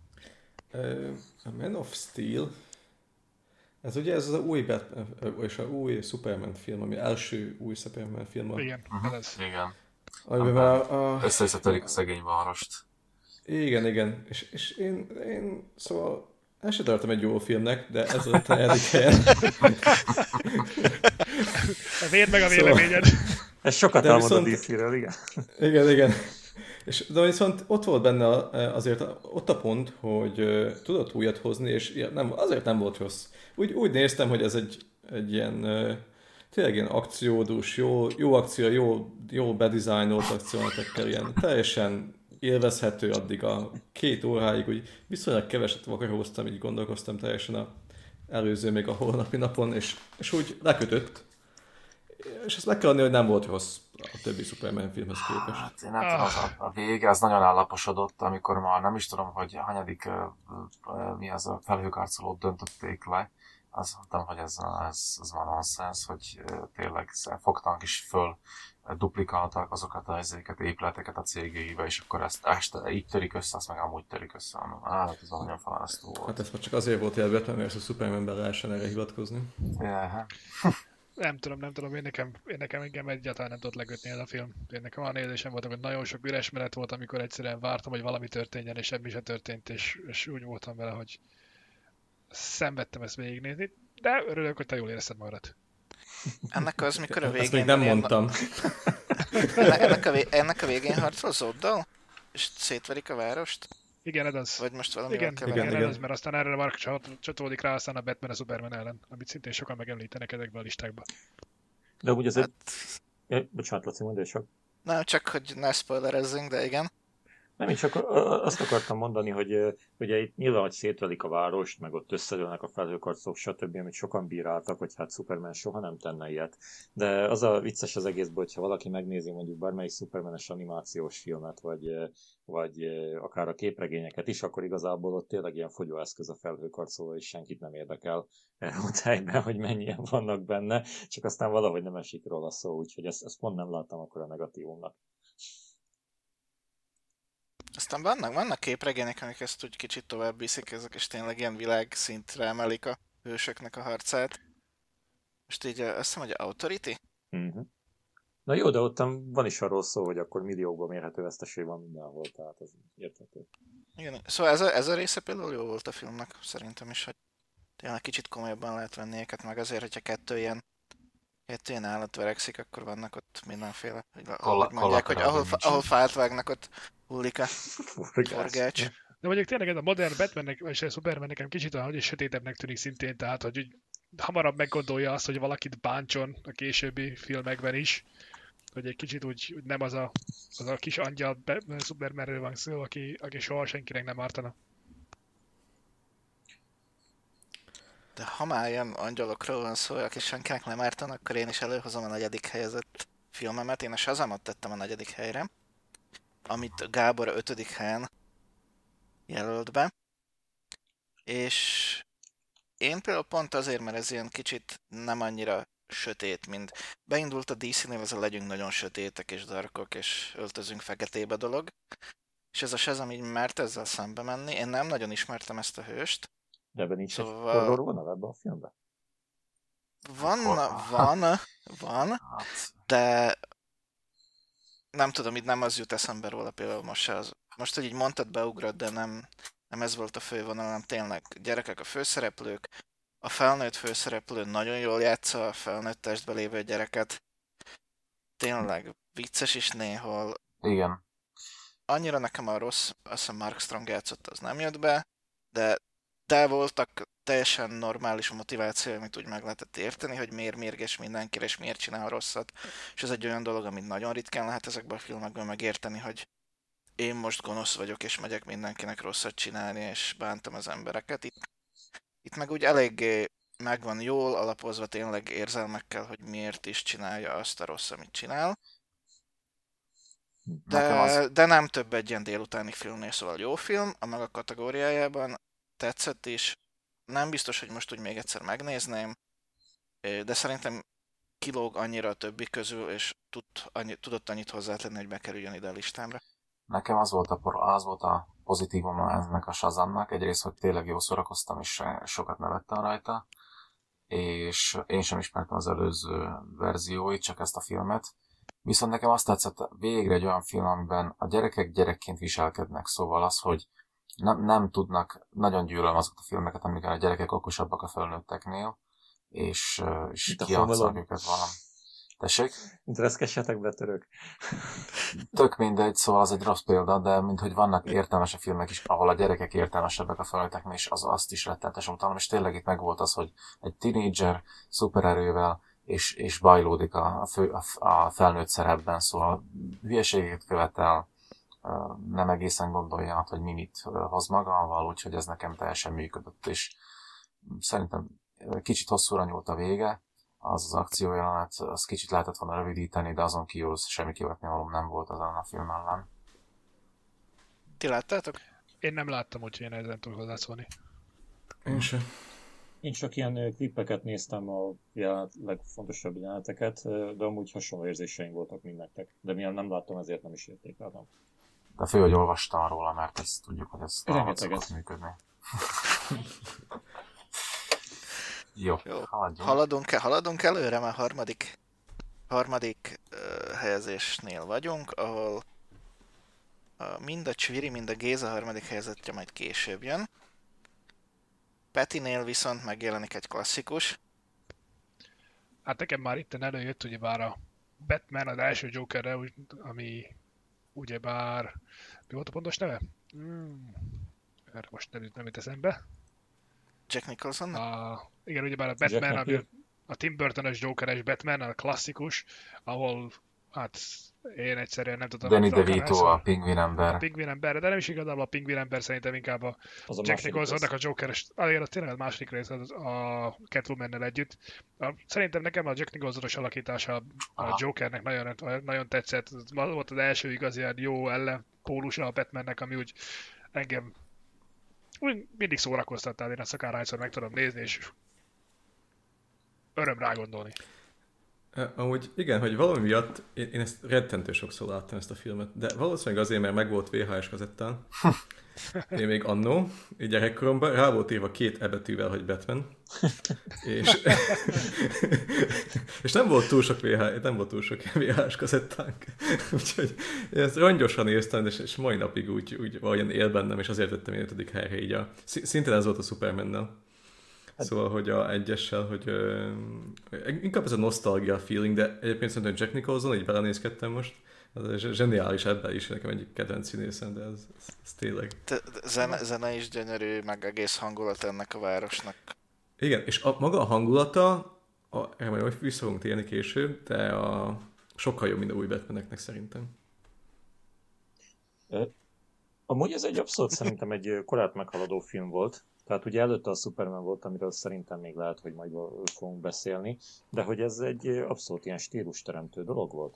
[SPEAKER 4] A Man of Steel. Ez ugye ez az új Batman, és a új Superman film, ami első új Superman film.
[SPEAKER 3] Igen, ez.
[SPEAKER 2] Igen.
[SPEAKER 4] Amiben
[SPEAKER 2] Összetörik a szegény várost.
[SPEAKER 4] Igen. És én szóval ezt sem tartom egy jó filmnek, de ez a 4. helyen.
[SPEAKER 3] Védd meg a véleményed.
[SPEAKER 5] Ez sokat elmond a DC-ről, igen.
[SPEAKER 4] Igen. De viszont ott volt benne azért ott a pont, hogy tudott újat hozni, és azért nem volt rossz. Úgy néztem, hogy ez egy ilyen tényleg ilyen akciódús, jó akció, jó bedizájnolt akciónatekkel, ilyen teljesen élvezhető addig a 2 óráig, úgy viszonylag keveset vakaróztam, így gondolkoztam teljesen előző még a holnapi napon, és úgy lekötött. És ezt meg kell adni, hogy nem volt rossz a többi Superman filmhez képest.
[SPEAKER 2] Hát én nem tudom, a vége az nagyon állaposodott, amikor már nem is tudom, hogy hanyadik mi az a felhőkarcolót döntötték le. Azt mondtam, hogy ez van nonsense, hogy tényleg fogtanak is föl, duplikáltak azokat az épületeket a cégébe, és akkor ezt így törik össze, azt meg amúgy törik össze. Hát ez nagyon felállasztó volt.
[SPEAKER 4] Hát ez már csak azért volt jelvetve, mert a Supermanben lehessen erre hivatkozni.
[SPEAKER 2] Yeah.
[SPEAKER 3] Nem tudom, én nekem engem egyáltalán nem tudott lekötni ez a film. Én nekem olyan érzésem volt, hogy nagyon sok üres menet volt, amikor egyszerűen vártam, hogy valami történjen, és semmi se történt, és úgy voltam vele, hogy szenvedtem ezt végignézni, de örülök, hogy te jól érezted magad.
[SPEAKER 1] Ennek az, mikor a végén...
[SPEAKER 4] Ezt még nem mondtam.
[SPEAKER 1] ennek a végén harcol Zoddal? És szétverik a várost?
[SPEAKER 3] Igen, ez az.
[SPEAKER 1] Vagy most valami
[SPEAKER 3] Igen,
[SPEAKER 4] igen.
[SPEAKER 3] ez az, mert aztán erre már csatolódik rá aztán a Batman a Superman ellen, amit szintén sokan megemlítenek ezekben a listákban.
[SPEAKER 5] De úgy azért...
[SPEAKER 1] Hát,
[SPEAKER 5] Bocsánat, Laci, mondd csak.
[SPEAKER 1] nem, csak hogy ne spoilerezzünk, de igen.
[SPEAKER 5] Nem, én csak azt akartam mondani, hogy ugye itt nyilván, hogy szétvelik a várost, meg ott összedőlnek a felhőkarcolók, stb., amit sokan bíráltak, hogy hát Superman soha nem tenne ilyet. De az a vicces az egészből, hogyha valaki megnézi mondjuk bármelyik Supermanes animációs filmet, vagy akár a képregényeket is, akkor igazából ott tényleg ilyen fogyóeszköz a felhőkarcoló, és senkit nem érdekel ott helyben, hogy mennyien vannak benne, csak aztán valahogy nem esik róla szó, úgyhogy ezt pont nem láttam akkor a negatívumnak.
[SPEAKER 1] Aztán vannak képregények, amik ezt úgy kicsit tovább viszik, ezek is tényleg ilyen világszintre emelik a hősöknek a harcát. Most így azt hiszem, hogy Authority?
[SPEAKER 5] Uh-huh. Na jó, de ott van is arról szó, hogy akkor milliókban mérhető veszteség van mindenhol, tehát ez érthető.
[SPEAKER 1] Igen, szóval ez a része például jó volt a filmnek, szerintem is, hogy tényleg kicsit komolyabban lehet venni őket, meg azért, hogyha kettő ilyen állat verekszik, akkor vannak ott mindenféle, hogy mondják, hogy ahol fát vágnak, ott hullik a forgács.
[SPEAKER 3] De mondjuk tényleg ez a modern Batmannek, és a Superman nekem kicsit olyan, hogy sötétebbnek tűnik szintén, tehát hogy úgy hamarabb meggondolja azt, hogy valakit bántson a későbbi filmekben is, hogy egy kicsit úgy nem az a kis angyal Supermanről van szó, aki soha senkinek nem ártana.
[SPEAKER 1] De ha már ilyen angyalokról van szó, aki senkinek nem ártan, akkor én is előhozom a 4. helyezett filmemet. Én a Shazamot tettem a 4. helyre, amit Gábor a 5. helyen jelölt be. És én például pont azért, mert ez ilyen kicsit nem annyira sötét, mint beindult a DC-nél, ez a legyünk nagyon sötétek és darkok, és öltözünk feketébe dolog. És ez a Shazam így mert ezzel szembe menni. Én nem nagyon ismertem ezt a hőst.
[SPEAKER 5] De ebben nincs egy horror vonal ebben a filmben?
[SPEAKER 1] Van, de nem tudom, itt nem az jut eszembe róla például most se az. Most, hogy így mondtad, beugrott, de nem ez volt a fővonal, hanem tényleg gyerekek a főszereplők. A felnőtt főszereplő nagyon jól játsza a felnőtt testben lévő gyereket. Tényleg vicces is néhol.
[SPEAKER 2] Igen.
[SPEAKER 1] Annyira nekem a rossz, azt hiszem Mark Strong játszott, az nem jött be, de voltak teljesen normális motiváció, amit úgy meg lehetett érteni, hogy miért mérges mindenkire, és miért csinál rosszat. És ez egy olyan dolog, amit nagyon ritkán lehet ezekben a filmekben megérteni, hogy én most gonosz vagyok, és megyek mindenkinek rosszat csinálni, és bántam az embereket. Itt meg úgy eléggé megvan jól alapozva tényleg érzelmekkel, hogy miért is csinálja azt a rossz, amit csinál. De nem több egy ilyen délutáni filmnél, szóval jó film, a maga kategóriájában tetszett is. Nem biztos, hogy most úgy még egyszer megnézném, de szerintem kilóg annyira a többi közül, és tudott annyit hozzátenni, hogy bekerüljön ide a listámra.
[SPEAKER 2] Nekem az volt a pozitívum ennek a Shazamnak, egyrészt, hogy tényleg jól szórakoztam, és sokat nevettem rajta, és én sem ismertem az előző verzióit, csak ezt a filmet. Viszont nekem azt tetszett végre egy olyan film, amiben a gyerekek gyerekként viselkednek, szóval az, hogy nem tudnak, nagyon gyűlölöm azokat a filmeket, amiken a gyerekek okosabbak a felnőtteknél, és kiadszanak őket valami. Tessék?
[SPEAKER 5] Reszkessetek be, török.
[SPEAKER 2] Tök mindegy, szóval az egy rossz példa, de minthogy vannak értelmesebb filmek is, ahol a gyerekek értelmesebbek a felnőtteknél, és azt is rettenetesen utálom, és tényleg itt megvolt az, hogy egy tinédzser szupererővel és bajlódik a felnőtt szerepben, szóval hülyeségét követel, nem egészen gondolja át, hogy mit hoz magával, úgyhogy ez nekem teljesen működött, és szerintem kicsit hosszúra nyúlt a vége, az akciójelenet, az kicsit lehetett volna rövidíteni, de azon kívül semmi kivetni valóm nem volt azon a film ellen.
[SPEAKER 1] Ti láttátok?
[SPEAKER 3] Én nem láttam, úgyhogy én ezen tudok hozzászólni.
[SPEAKER 4] Én sem.
[SPEAKER 5] Én csak ilyen klippeket néztem, a legfontosabb jeleneteket, de amúgy hasonló érzéseim voltak, mint nektek. De mivel nem láttam, ezért nem is értékeltem.
[SPEAKER 2] De fő, hogy olvastam róla, mert ezt tudjuk, hogy ez talán
[SPEAKER 5] Rengeteget.
[SPEAKER 2] szokott működni. Jó,
[SPEAKER 1] Jó.
[SPEAKER 2] haladjunk.
[SPEAKER 1] Haladunk előre, mert harmadik helyezésnél vagyunk, ahol mind a Csviri, mind a Géza harmadik helyzetje majd később jön. Petinél viszont megjelenik egy klasszikus.
[SPEAKER 3] Hát nekem már itten előjött ugyebár a Batman az első Jokerre, ami ugyebár... Mi volt a pontos neve? Erre most nem jut eszembe.
[SPEAKER 1] Jack Nicholson?
[SPEAKER 3] Igen, ugyebár a Batman, ami a Tim Burton-ös Joker-es Batman, a klasszikus, ahol hát én egyszerűen nem tudom...
[SPEAKER 2] Danny DeVito, a pingvin ember.
[SPEAKER 3] A pingvin ember, de nem is igazából a pingvin ember, szerintem inkább a Jack Nicholsonnak a Joker-es... Azért az tényleg a második rész a Catwoman-nel együtt. Szerintem nekem a Jack Nicholson-os alakítása a Jokernek nagyon tetszett. Ez volt az első igazi jó ellenpólusa a Batmannek, ami úgy engem úgy mindig szórakoztattál, én ezt akárhányszor meg tudom nézni, és öröm rá gondolni.
[SPEAKER 4] Amúgy igen, hogy valami miatt én ezt rettentő sokszor láttam ezt a filmet, de valószínűleg azért, mert megvolt VHS kazettán. Én még annó, gyerekkoromban rá volt írva 2 ebetűvel, hogy Batman. És nem volt túl sok VHS kazettánk. Úgyhogy én ezt rongyosan néztem, és mai napig úgy valahogyan él bennem, és azért vettem én 5. helyre így szintén ez volt a Supermannel. Szóval, hogy a egyessel, hogy inkább ez a nosztalgia feeling, de egyébként szerintem Jack Nicholson, így belenézkedtem most, az zseniális ebben is, nekem egyik kedvenc színészem, de ez tényleg.
[SPEAKER 1] Zene is gyönyörű, meg egész hangulat ennek a városnak.
[SPEAKER 4] Igen, és maga a hangulata, erre majd vissza fogunk térni később, de sokkal jobb, mint a új Batmaneknek szerintem.
[SPEAKER 5] Amúgy ez egy abszolút szerintem egy korát meghaladó film volt. Tehát ugye előtte a Superman volt, amiről szerintem még lehet, hogy majd fogunk beszélni, de hogy ez egy abszolút ilyen stílusteremtő dolog volt.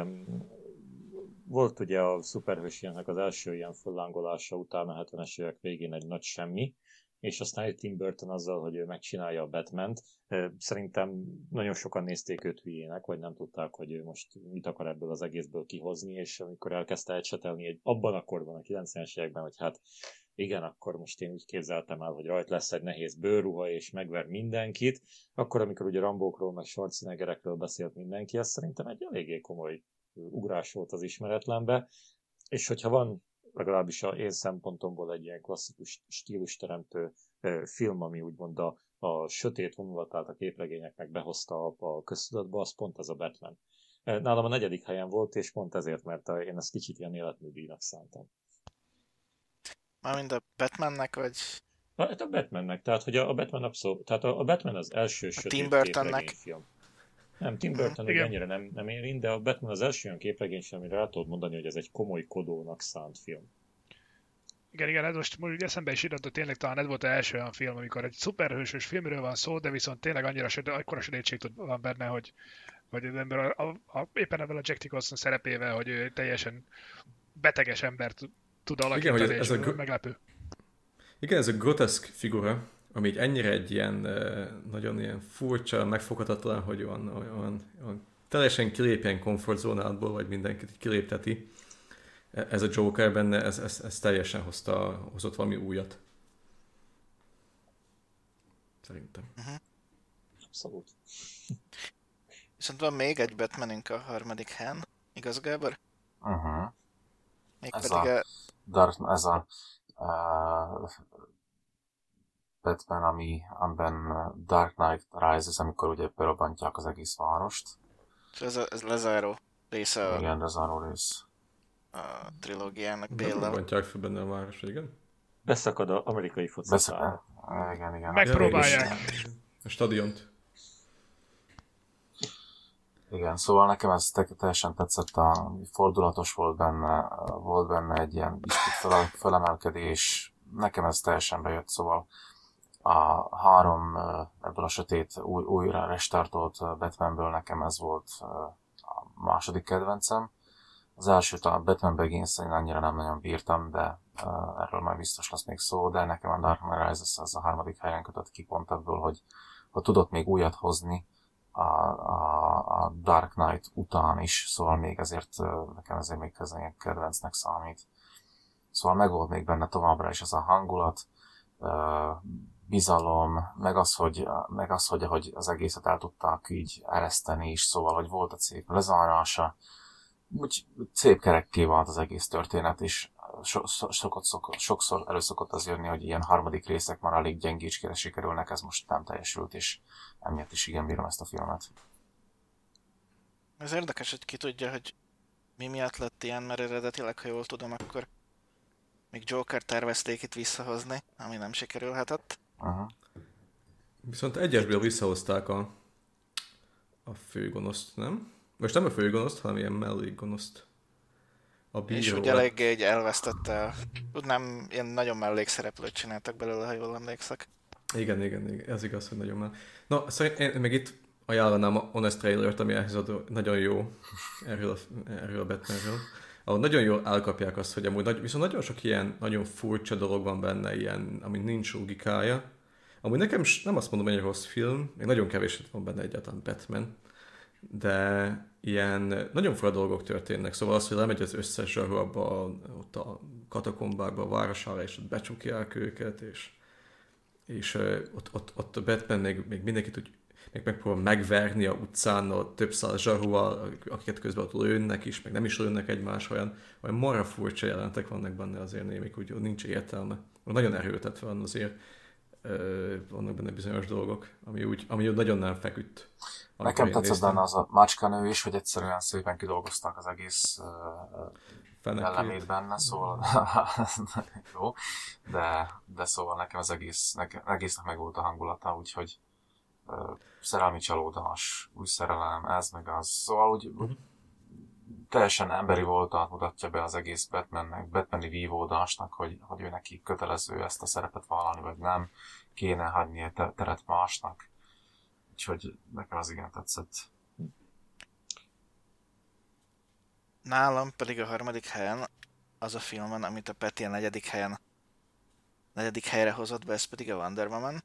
[SPEAKER 5] Volt ugye a szuperhősienek az első ilyen föllángolása után a 70-es évek végén egy nagy semmi, és aztán egy Tim Burton azzal, hogy ő megcsinálja a Batmant. Szerintem nagyon sokan nézték őt hülyének, vagy nem tudták, hogy ő most mit akar ebből az egészből kihozni, és amikor elkezdte ecsetelni abban a korban, a 90-es években, hogy hát igen, akkor most én úgy képzeltem el, hogy rajt lesz egy nehéz bőrruha, és megver mindenkit, akkor amikor ugye Rambókról, meg Schwarzeneggerekről beszélt mindenki, ez szerintem egy eléggé komoly ugrás volt az ismeretlenbe, és hogyha van legalábbis én szempontomból egy ilyen klasszikus stílusteremtő film, ami úgymond a sötét vonulatát a képregényeknek behozta a köztudatba, az pont ez a Batman. Nálam a 4. helyen volt, és pont ezért, mert én ezt kicsit ilyen életműdíjnak szántam.
[SPEAKER 1] Mármint a Batmannek, vagy...
[SPEAKER 5] Hát a Batmannek, tehát hogy a Batman abszolút, tehát a Batman az első sötét képregényfilm. Nem, Tim Burton ennyire nem érint, de a Batman az első olyan képregény sem, amire rá tudod mondani, hogy ez egy komoly kodónak szánt film.
[SPEAKER 3] Igen, ez most úgy eszembe is jutott, tényleg talán ez volt az első olyan film, amikor egy szuperhősös filmről van szó, de viszont tényleg akkora sötétség van benne, hogy az ember éppen ebben a Jack Nicholson szerepével, hogy ő teljesen beteges embert tud alakítani, igen, és meglepő.
[SPEAKER 4] Igen, ez a groteszk figura, ami így ennyire egy ilyen nagyon ilyen furcsa, megfoghatatlan, hogy olyan teljesen kilépjen komfortzónádból, vagy mindenkit kilépteti. Ez a Joker benne, ez teljesen hozott valami újat. Szerintem.
[SPEAKER 5] Abszolút.
[SPEAKER 1] Viszont van még egy Batmanünk a 3. helyen, igaz, Gábor? Mégpedig
[SPEAKER 2] ez a Batman, amiben Dark Knight Rises, amikor ugye berobbantják az egész várost.
[SPEAKER 1] Ez lezáró része
[SPEAKER 2] igen, lezáró rész
[SPEAKER 1] a trilógiának Bale-lel.
[SPEAKER 4] Berobbantják fel benne a város, igen?
[SPEAKER 5] Beszakad az amerikai focipálya.
[SPEAKER 2] Igen.
[SPEAKER 3] Megpróbálják.
[SPEAKER 4] A stadiont.
[SPEAKER 2] Igen, szóval nekem ez teljesen tetszett, fordulatos volt benne egy ilyen felemelkedés, nekem ez teljesen bejött, szóval A 3 ebből a sötét, újra restartolt Batmanből nekem ez volt a második kedvencem. Az elsőt, a Batman Begins-en annyira nem nagyon bírtam, de erről már biztos lesz még szó, de nekem a Dark Knight Rises az a harmadik helyen kötött ki pont ebből, hogy tudott még újat hozni a Dark Knight után is, szóval még ezért nekem ezért még kedvencnek számít. Szóval megvolt még benne továbbra is ez a hangulat, bizalom, meg az, hogy ahogy az egészet el tudták így ereszteni is, szóval, hogy volt a szép lezárása, úgy szép kerekké vált az egész történet, és sokszor elő szokott az jönni, hogy ilyen harmadik részek már elég gyengécskére sikerülnek, ez most nem teljesült, és emiatt is igen bírom ezt a filmet.
[SPEAKER 1] Ez érdekes, hogy ki tudja, hogy mi miatt lett ilyen, mert eredetileg, ha jól tudom, akkor még Joker tervezték itt visszahozni, ami nem sikerülhetett.
[SPEAKER 2] Uh-huh.
[SPEAKER 4] Viszont egyesből visszahozták a főgonoszt, nem? Most nem a főgonoszt, hanem ilyen mellékgonoszt. A bíró.
[SPEAKER 1] És úgy eléggé egy elvesztette. Tudnám, ilyen nagyon mellékszereplőt csináltak belőle, ha jól emlékszek.
[SPEAKER 4] Igen, ez igaz, hogy nagyon már. Na, szóval én meg itt ajánlanám a Honest Trailert, ami elhozható nagyon jó erről a Batmanről. Ahol nagyon jól elkapják azt, hogy amúgy viszont nagyon sok ilyen nagyon furcsa dolog van benne, ilyen, ami nincs logikája. Amúgy nekem nem azt mondom, hogy egy rossz film, még nagyon kevés van benne egyáltalán Batman, de ilyen nagyon fura dolgok történnek, szóval az, hogy lemegy az összes zsaru abba, ott a katakombákba, a városára, és ott becsukják őket, és ott a Batman még mindenkit úgy megpróbál megverni a utcán a több száz zsarúval, akiket közben ott lőnnek is, meg nem is lőnnek egymás, olyan marha furcsa jelentek vannak benne azért némik, úgy nincs értelme. Nagyon erőltetve van azért, vannak benne bizonyos dolgok, ami úgy nagyon nem feküdt.
[SPEAKER 2] Nekem tetszett benne az a macskanő is, hogy egyszerűen szépen kidolgoztak az egész elemét benne, szóval jó, de szóval nekem az egésznek meg volt a hangulata, úgyhogy szerelmi csalódás, új szerelem, ez meg az, szóval úgy teljesen emberi voltat mutatja be az egész Batman-i vívódásnak, hogy ő neki kötelező ezt a szerepet vállalni, vagy nem, kéne hagyni a teret másnak. Úgyhogy nekem az igen tetszett.
[SPEAKER 1] Nálam pedig a harmadik helyen az a film van, amit a Peti a negyedik helyre hozott be, ez pedig a Wonder Woman.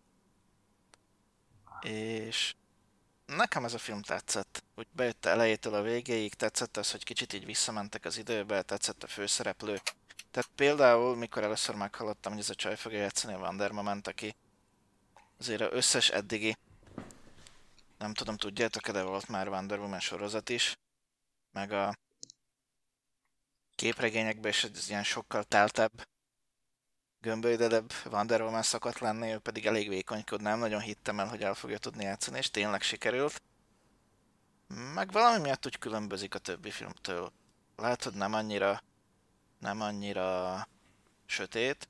[SPEAKER 1] És nekem ez a film tetszett. Úgy bejött elejétől a végéig, tetszett az, hogy kicsit így visszamentek az időbe, tetszett a főszereplő. Tehát például, mikor először meghallottam, hogy ez a csaj fogja játszani a Wonder Woman-t, aki azért az összes eddigi, nem tudom, tudjátok, de volt már Wonder Woman sorozat is, meg a képregényekben is ez ilyen sokkal teltebb, gömbölydedebb Wonder Woman szokott lenni, ő pedig elég vékonykod, nem nagyon hittem el, hogy el fogja tudni játszani, és tényleg sikerült. Meg valami miatt úgy különbözik a többi filmtől. Lehet, hogy nem annyira sötét.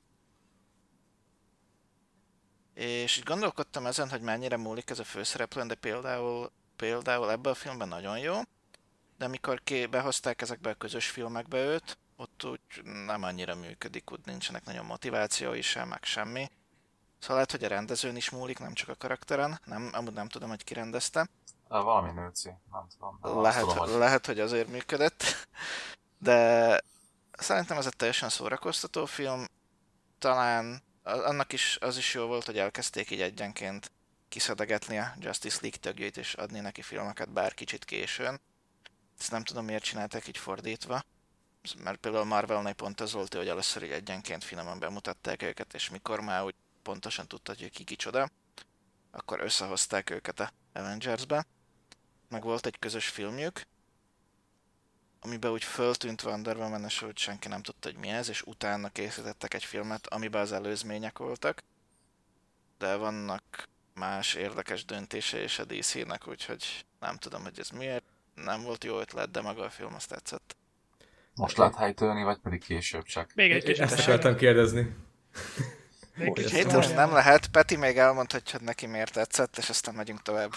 [SPEAKER 1] És így gondolkodtam ezen, hogy mennyire múlik ez a főszereplőn, de például ebben a filmben nagyon jó, de amikor behozták ezekbe a közös filmekbe őt, ott úgy nem annyira működik, úgy nincsenek nagyon motivációi sem, meg semmi. Szóval lehet, hogy a rendezőn is múlik, nem csak a karakteren, amúgy nem tudom, hogy ki rendezte.
[SPEAKER 2] Valami nőci, nem tudom.
[SPEAKER 1] Lehet, hogy azért működött, de szerintem ez egy teljesen szórakoztató film. Talán annak is az is jó volt, hogy elkezdték így egyenként kiszedegetni a Justice League tagjait és adni neki filmeket bár kicsit későn. Ezt nem tudom, miért csinálták így fordítva. Mert például Marvelnél pont az volt, hogy először így egyenként finoman bemutatták őket, és mikor már úgy pontosan tudtad, hogy ki kicsoda, akkor összehozták őket a Avengersbe. Meg volt egy közös filmjük, amiben úgy föltűnt Wonder Woman, és úgy senki nem tudta, hogy mi ez, és utána készítettek egy filmet, amiben az előzmények voltak. De vannak más érdekes döntése és a DC-nek, úgyhogy nem tudom, hogy ez miért. Nem volt jó ötlet, de maga a film azt tetszett.
[SPEAKER 2] Most lehet helytölni, vagy pedig később csak?
[SPEAKER 3] Még egy kicsit.
[SPEAKER 4] Ezt akartam kérdezni.
[SPEAKER 3] Még kicsit.
[SPEAKER 1] Itt most nem lehet, Peti még elmondhatja, hogy neki miért tetszett, és aztán megyünk tovább.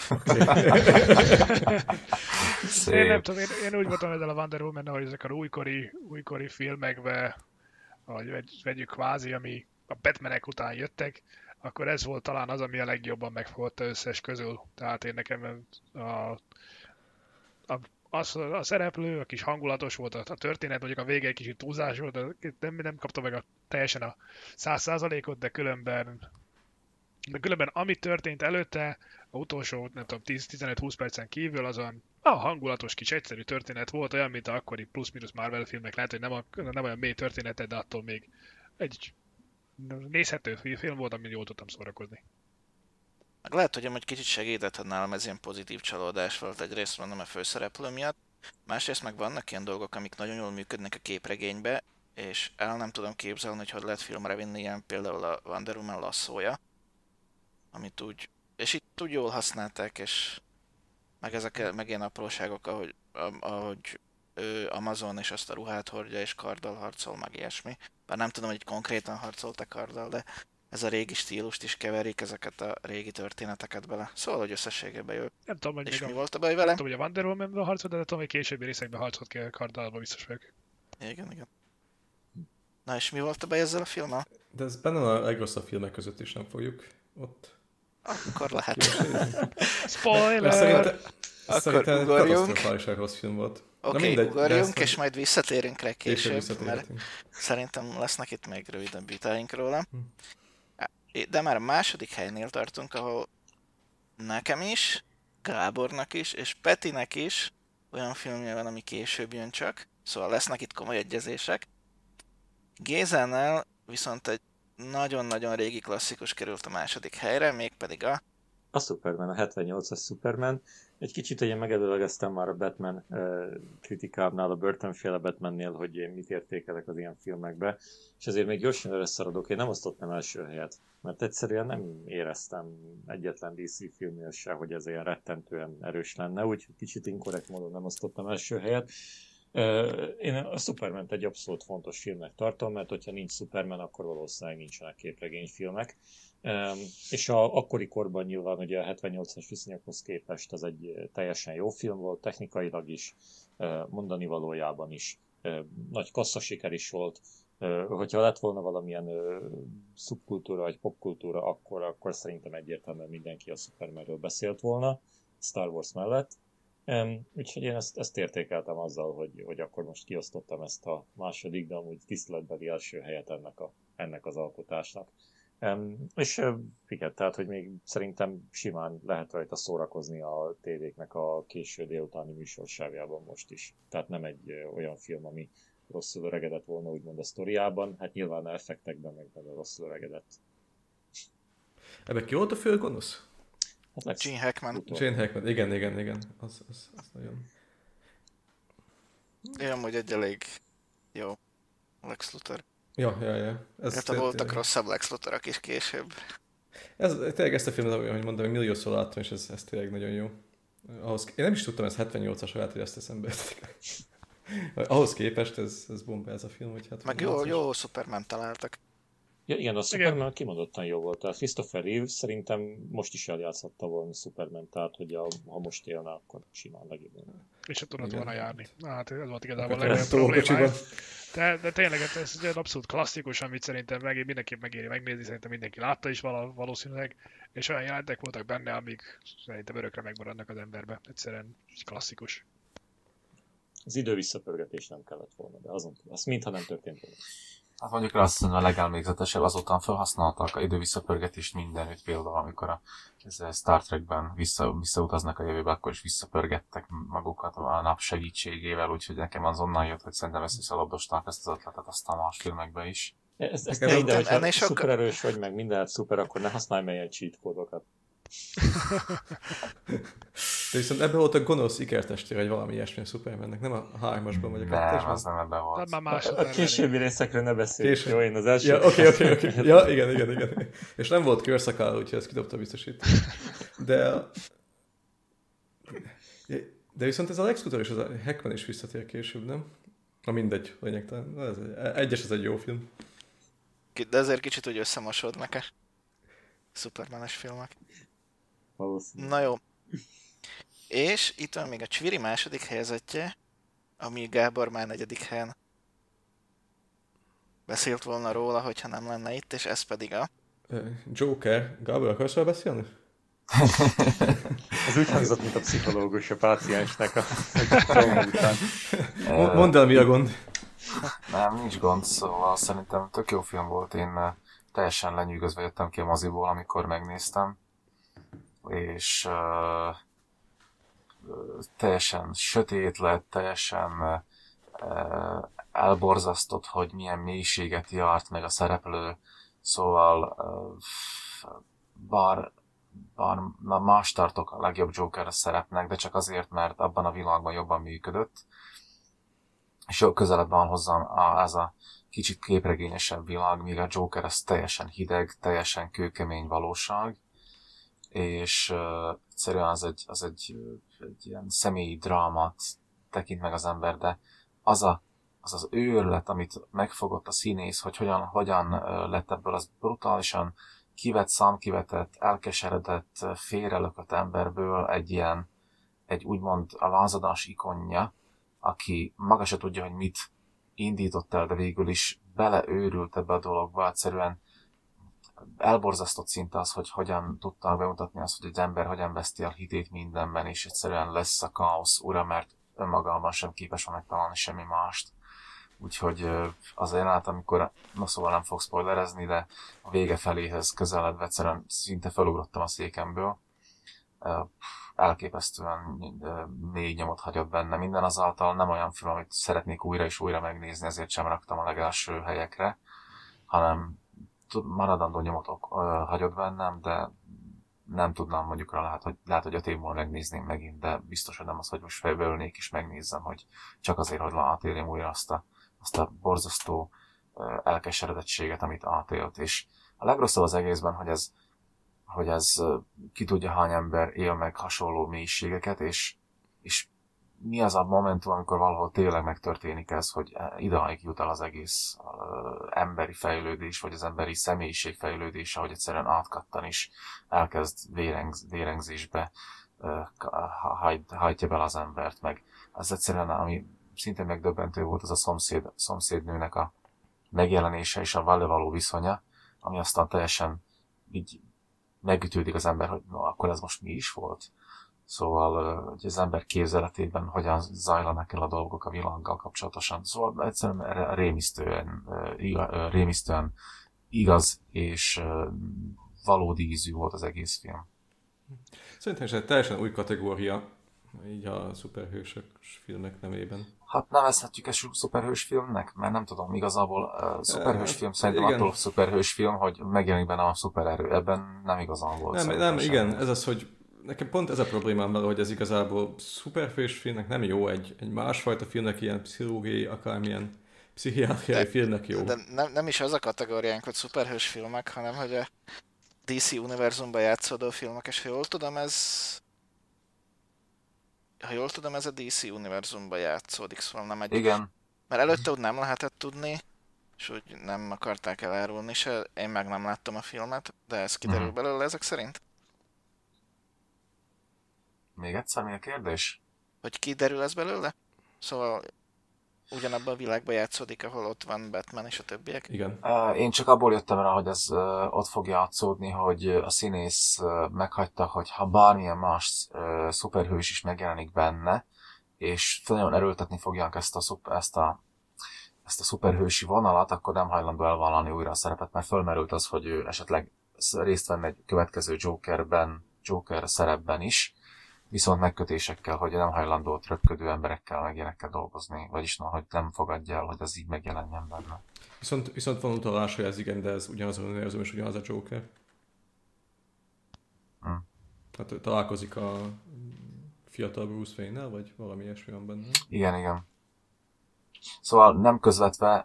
[SPEAKER 3] Én nem tudom, én úgy voltam ezzel a Wonder Woman, hogy ezek a újkori filmekbe, ahogy vegyük kvázi, ami a Batmanek után jöttek, akkor ez volt talán az, ami a legjobban megfogta összes közül. Tehát én nekem a szereplő, a kis hangulatos volt, a történet, mondjuk a vége egy kicsit túlzás volt, nem kapta meg teljesen a 100%-ot, de különben ami történt előtte, a utolsó, nem tudom, 10-15-20 percen kívül azon hangulatos kis egyszerű történet volt, olyan, mint a akkori plusz-minusz Marvel filmek, lehet, hogy nem olyan mély történeted, de attól még egy nézhető film volt, amin jól tudtam szórakozni.
[SPEAKER 1] Meg lehet, hogy amúgy kicsit segített, hogy nálam ez ilyen pozitív csalódás volt, egyrészt mondom a főszereplő miatt, másrészt meg vannak ilyen dolgok, amik nagyon jól működnek a képregénybe, és el nem tudom képzelni, hogy lehet filmre vinni ilyen például a Wonder Woman lasszója, amit úgy, és itt úgy jól használták, és meg ilyen apróságok, ahogy Amazon és azt a ruhát hordja, és karddal harcol, meg ilyesmi. Bár nem tudom, hogy konkrétan harcolt-e karddal, de ez a régi stílust is keverik, ezeket a régi történeteket bele. Szóval, hogy összességében jó.
[SPEAKER 3] Nem tudom, hogy
[SPEAKER 1] És mi
[SPEAKER 3] még
[SPEAKER 1] volt a baj vele?
[SPEAKER 3] nem tudom, hogy a Wonder Woman-ben harcolt, de tudom, hogy későbbi részekben harcolt ki a karddalba, biztos vagyok.
[SPEAKER 1] Igen. Na és mi volt a baj ezzel a filmmel?
[SPEAKER 4] De ez benne a legrosszabb filmek között is, nem fogjuk ott.
[SPEAKER 1] Akkor lehet.
[SPEAKER 3] Spoiler!
[SPEAKER 4] Szerintem
[SPEAKER 1] ugorjunk.
[SPEAKER 4] katasztrofálisan rossz film volt.
[SPEAKER 1] Oké, ugorjunk, és majd visszatérünk rá később, mert
[SPEAKER 4] visszatérhetünk.
[SPEAKER 1] szerintem lesznek itt még rövidebb vitáink róla. De már a második helynél tartunk, ahol nekem is, Gábornak is, és Petinek is olyan filmje van, ami később jön csak, szóval lesznek itt komoly egyezések. Gézánál viszont egy nagyon-nagyon régi klasszikus került a második helyre, mégpedig
[SPEAKER 5] a Superman, a 78-as Superman. Egy kicsit ugye megelőlegeztem már a Batman kritikámnál, a Burton-féle Batmannél, hogy én mit értékelek az ilyen filmekbe, és ezért még gyorsan összeradok, én nem osztottam első helyet, mert egyszerűen nem éreztem egyetlen DC filmnél se, hogy ez ilyen rettentően erős lenne, úgyhogy kicsit inkorrekt módon nem osztottam első helyet. Én a Superman-t egy abszolút fontos filmnek tartom, mert hogyha nincs Superman, akkor valószínűleg nincsenek képregényfilmek. És akkori korban nyilván ugye a 78-as viszonyokhoz képest ez egy teljesen jó film volt, technikailag is, mondani valójában is. Nagy kasszasiker is volt. Hogyha lett volna valamilyen szubkultúra vagy popkultúra, akkor szerintem egyértelműen mindenki a Supermanről beszélt volna, Star Wars mellett. Úgyhogy én ezt értékeltem azzal, hogy akkor most kiosztottam ezt a második, de amúgy tiszteletbeli első helyet ennek az alkotásnak. És igen, tehát, hogy még szerintem simán lehet rajta szórakozni a tévéknek a késő délutáni műsorsávjában most is. Tehát nem egy olyan film, ami rosszul öregedett volna, úgymond a sztoriában. Hát nyilván a effektekben meg rosszul öregedett.
[SPEAKER 4] Ebben ki volt a fő gonosz?
[SPEAKER 1] Gene Hackman.
[SPEAKER 4] Gene Hackman, igen. Az nagyon...
[SPEAKER 1] Én amúgy egy elég jó Lex Luthor.
[SPEAKER 4] Ja.
[SPEAKER 1] Érte voltak rosszabb Lex Luthorok is később.
[SPEAKER 4] Tényleg ezt a filmet, ahogy mondom, milliószor láttam, és ez tényleg nagyon jó. Én nem is tudtam, ez 78-as, lehet, hogy ezt eszembe. Ahhoz képest ez bomba ez a film, hogy hát...
[SPEAKER 1] Meg jó Superman találtak.
[SPEAKER 5] Ja, igen, a Superman kimondottan jó volt. Tehát Christopher Reeve szerintem most is eljátszhatta volna Superman, tehát hogy ha most élne, akkor simán legjobb.
[SPEAKER 3] És se tudott volna járni. Hát ez volt igazából a legnagyobb problémája. De tényleg ez egy abszolút klasszikus, amit szerintem mindenképp megéri megnézni, szerintem mindenki látta is valószínűleg, és olyan jelentek voltak benne, amik szerintem örökre megmaradnak az emberbe. Egyszerűen klasszikus.
[SPEAKER 5] Az idő visszapörgetés nem kellett volna, de az mintha nem történt volna.
[SPEAKER 2] Hát mondjuk azt mondom, a legelmékzetesebb, azután felhasználták a idővisszapörgetést mindenütt, például amikor a Star Trekben visszautaznak a jövőbe, akkor is visszapörgettek magukat a nap segítségével, úgyhogy nekem azonnal jött, hogy szerintem ezt visszalabdosták ezt az ötletet aztán más filmekbe is.
[SPEAKER 5] Ez de hogyha szupererős vagy, meg minden szuper, akkor ne használj meg ilyen cheat kódokat.
[SPEAKER 4] De viszont ebben volt a gonosz ikertestér, vagy valami ilyesmi a Supermannek, nem a 3-asban vagy a 2-esben?
[SPEAKER 2] Nem, az nem ebben volt.
[SPEAKER 5] A későbbi részekről ne beszéljük, jó, én az első...
[SPEAKER 4] Ja, oké. Ja, igen. És nem volt körszakál, úgyhogy ezt kidobta biztos itt. De viszont ez a Lex Luthor és az a Hackman is visszatér később, nem? Na mindegy, lényegtelen. Egyes az egy jó film.
[SPEAKER 1] De azért kicsit úgy összemosódnak-e Supermanes filmek. Na jó. És itt van még a Csviri második helyezettje, ami Gábor már negyedik helyen beszélt volna róla, hogyha nem lenne itt, és ez pedig a...
[SPEAKER 4] Joker. Gábor, akarsz rá beszélni?
[SPEAKER 5] Ez úgy hangzott, mint a pszichológus a páciensnek a trauma után.
[SPEAKER 4] Mondd el, mi a gond.
[SPEAKER 2] Nem, nincs gond, szóval szerintem tök jó film volt. Én teljesen lenyűgözve jöttem ki a moziból, amikor megnéztem. És teljesen sötét lett, teljesen elborzasztott, hogy milyen mélységet járt meg a szereplő. Szóval bár más tartok a legjobb Joker a szerepnek, de csak azért, mert abban a világban jobban működött. És jó közelebb van hozzám ez a kicsit képregényesebb világ, míg a Joker az teljesen hideg, teljesen kőkemény valóság, és egyszerűen az egy ilyen személyi drámát tekint meg az ember, de az őrület, amit megfogott a színész, hogy hogyan lett ebből az brutálisan kivett, számkivetett, elkeseredett, félrelökött emberből egy úgymond a lázadás ikonja, aki maga se tudja, hogy mit indított el, de végül is beleőrült ebbe a dologba. Egyszerűen elborzasztott szinte az, hogy hogyan tudták bemutatni azt, hogy egy ember hogyan veszti el hitét mindenben, és egyszerűen lesz a káosz ura, mert önmagában sem képes van megtalálni semmi mást. Úgyhogy az jelenet, amikor, szóval nem fog spoilerezni, de a vége feléhez közeledve egyszerűen szinte felugrottam a székemből. Elképesztően mély nyomot hagyott benne. Minden azáltal nem olyan film, amit szeretnék újra és újra megnézni, ezért sem raktam a legelső helyekre, hanem maradandó nyomot hagyott bennem, de nem tudnám mondjuk rá, lehet, hogy 5 év múlva megnézném megint, de biztos, hogy nem az, hogy most felbeülnék és megnézzem, hogy csak azért, hogy átéljem újra azt a borzasztó elkeseredettséget, amit átélt. És a legrosszabb az egészben, hogy ez ki tudja, hány ember él meg hasonló mélységeket, és mi az a momentum, amikor valahol tényleg megtörténik ez, hogy idáig jut el az egész emberi fejlődés, vagy az emberi személyiség fejlődése, hogy egyszerűen átkattan is elkezd vérengzésbe hajtja bele az embert, meg ez egyszerűen, ami szintén megdöbbentő volt, az a szomszédnőnek a megjelenése és a vele való viszonya, ami aztán teljesen így megütődik az ember, hogy no, akkor ez most mi is volt. Szóval hogy az ember képzeletében hogyan zajlanak el a dolgok a világgal kapcsolatosan. Szóval egyszerűen rémisztően igaz és valódi ízű volt az egész film.
[SPEAKER 4] Szerintem ez egy teljesen új kategória, így a szuperhősök filmek nemében.
[SPEAKER 2] Hát nevezhetjük ezt szuperhős filmnek, mert nem tudom, igazából szuperhős film szerintem attól szuperhős film, hogy megjelenik benne a szupererő. Ebben nem igazán volt.
[SPEAKER 4] Nem, igen, ez az, hogy nekem pont ez a problémám vele, hogy ez igazából szuperhős filmnek nem jó, egy másfajta filmnek, ilyen pszichológiai, akármilyen pszichiátriai filmnek jó.
[SPEAKER 1] De nem is az a kategóriánk, hogy szuperhős filmek, hanem hogy a DC univerzumban játszódó filmek, és ha jól tudom, ez a DC univerzumban játszódik, szóval nem egy...
[SPEAKER 2] Igen.
[SPEAKER 1] Mert előtte úgy nem lehetett tudni, és úgy nem akarták elárulni se, én meg nem láttam a filmet, de ez kiderül belőle ezek szerint?
[SPEAKER 2] Még egyszer, mi a kérdés?
[SPEAKER 1] Hogy kiderül ez belőle? Szóval ugyanabban a világban játszódik, ahol ott van Batman és a többiek?
[SPEAKER 4] Igen.
[SPEAKER 2] Én csak abból jöttem rá, hogy ez ott fog játszódni, hogy a színész meghagyta, hogy ha bármilyen más szuperhős is megjelenik benne, és nagyon erőltetni fogják ezt a szuperhősi vonalat, akkor nem hajlandó elvállalni újra a szerepet, mert fölmerült az, hogy ő esetleg részt venne egy következő Joker szerepben is, viszont megkötésekkel, hogy nem hajlandó röpködő emberekkel, meg ilyenekkel dolgozni, vagyis hogy nem fogadja el, hogy ez így megjelenjen benne.
[SPEAKER 4] Viszont van utalás, hogy ez igen, de ez ugyanaz az univerzum és ugyanaz a Joker. Hát találkozik a fiatal Bruce Wayne-nel, vagy valami ilyesmi van benne.
[SPEAKER 2] Igen. Szóval nem közvetve,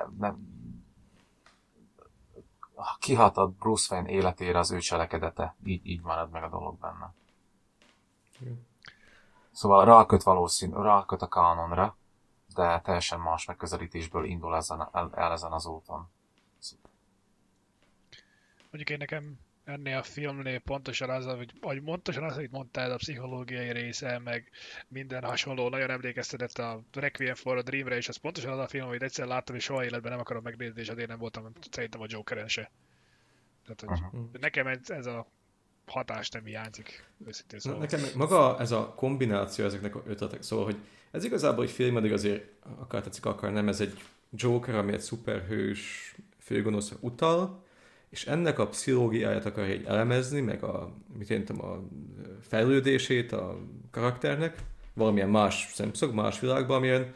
[SPEAKER 2] kihat a Bruce Wayne életére az ő cselekedete, így marad meg a dolog benne. Igen. Szóval ráköt a kánonra, de teljesen más megközelítésből indul el ezen az úton.
[SPEAKER 3] Mondjuk én nekem ennél a filmnél pontosan az, amit mondtál, a pszichológiai része, meg minden hasonló, nagyon emlékeztetett a Requiem for a Dreamre, és ez pontosan az a film, amit egyszer láttam, és soha életben nem akarom megnézni, és azért nem voltam szerintem a Jokeren se. Tehát, hogy nekem ez a hatás nem hiányzik, őszintén szóval.
[SPEAKER 4] Nekem maga ez a kombináció ezeknek a ötletek, szóval, hogy ez igazából egy filmedig azért akár tetszik, akár nem, ez egy Joker, ami egy szuperhős főgonoszra utal, és ennek a pszichológiáját akarja így elemezni, meg a fejlődését a karakternek, valamilyen más szemszög, más világban, amilyen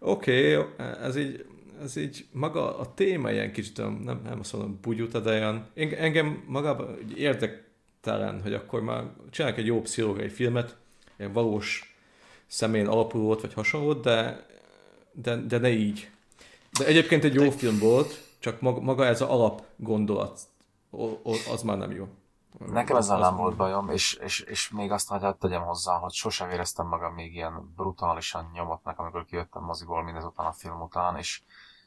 [SPEAKER 4] ez így maga a téma ilyen kicsit, nem azt mondom bugyuta, de ilyen, engem magában érdektelen, hogy akkor már csinálják egy jó pszichológiai filmet, egy valós személyen alapulót, vagy hasonlót, de ne így. De egyébként egy jó film volt, csak maga ez az alapgondolat, az már nem jó.
[SPEAKER 2] Nekem ezzel nem volt bajom, és még azt hagyját tegyem hozzá, hogy sosem éreztem magam még ilyen brutálisan nyomottnak, amikor kijöttem moziból mindezután a film után, és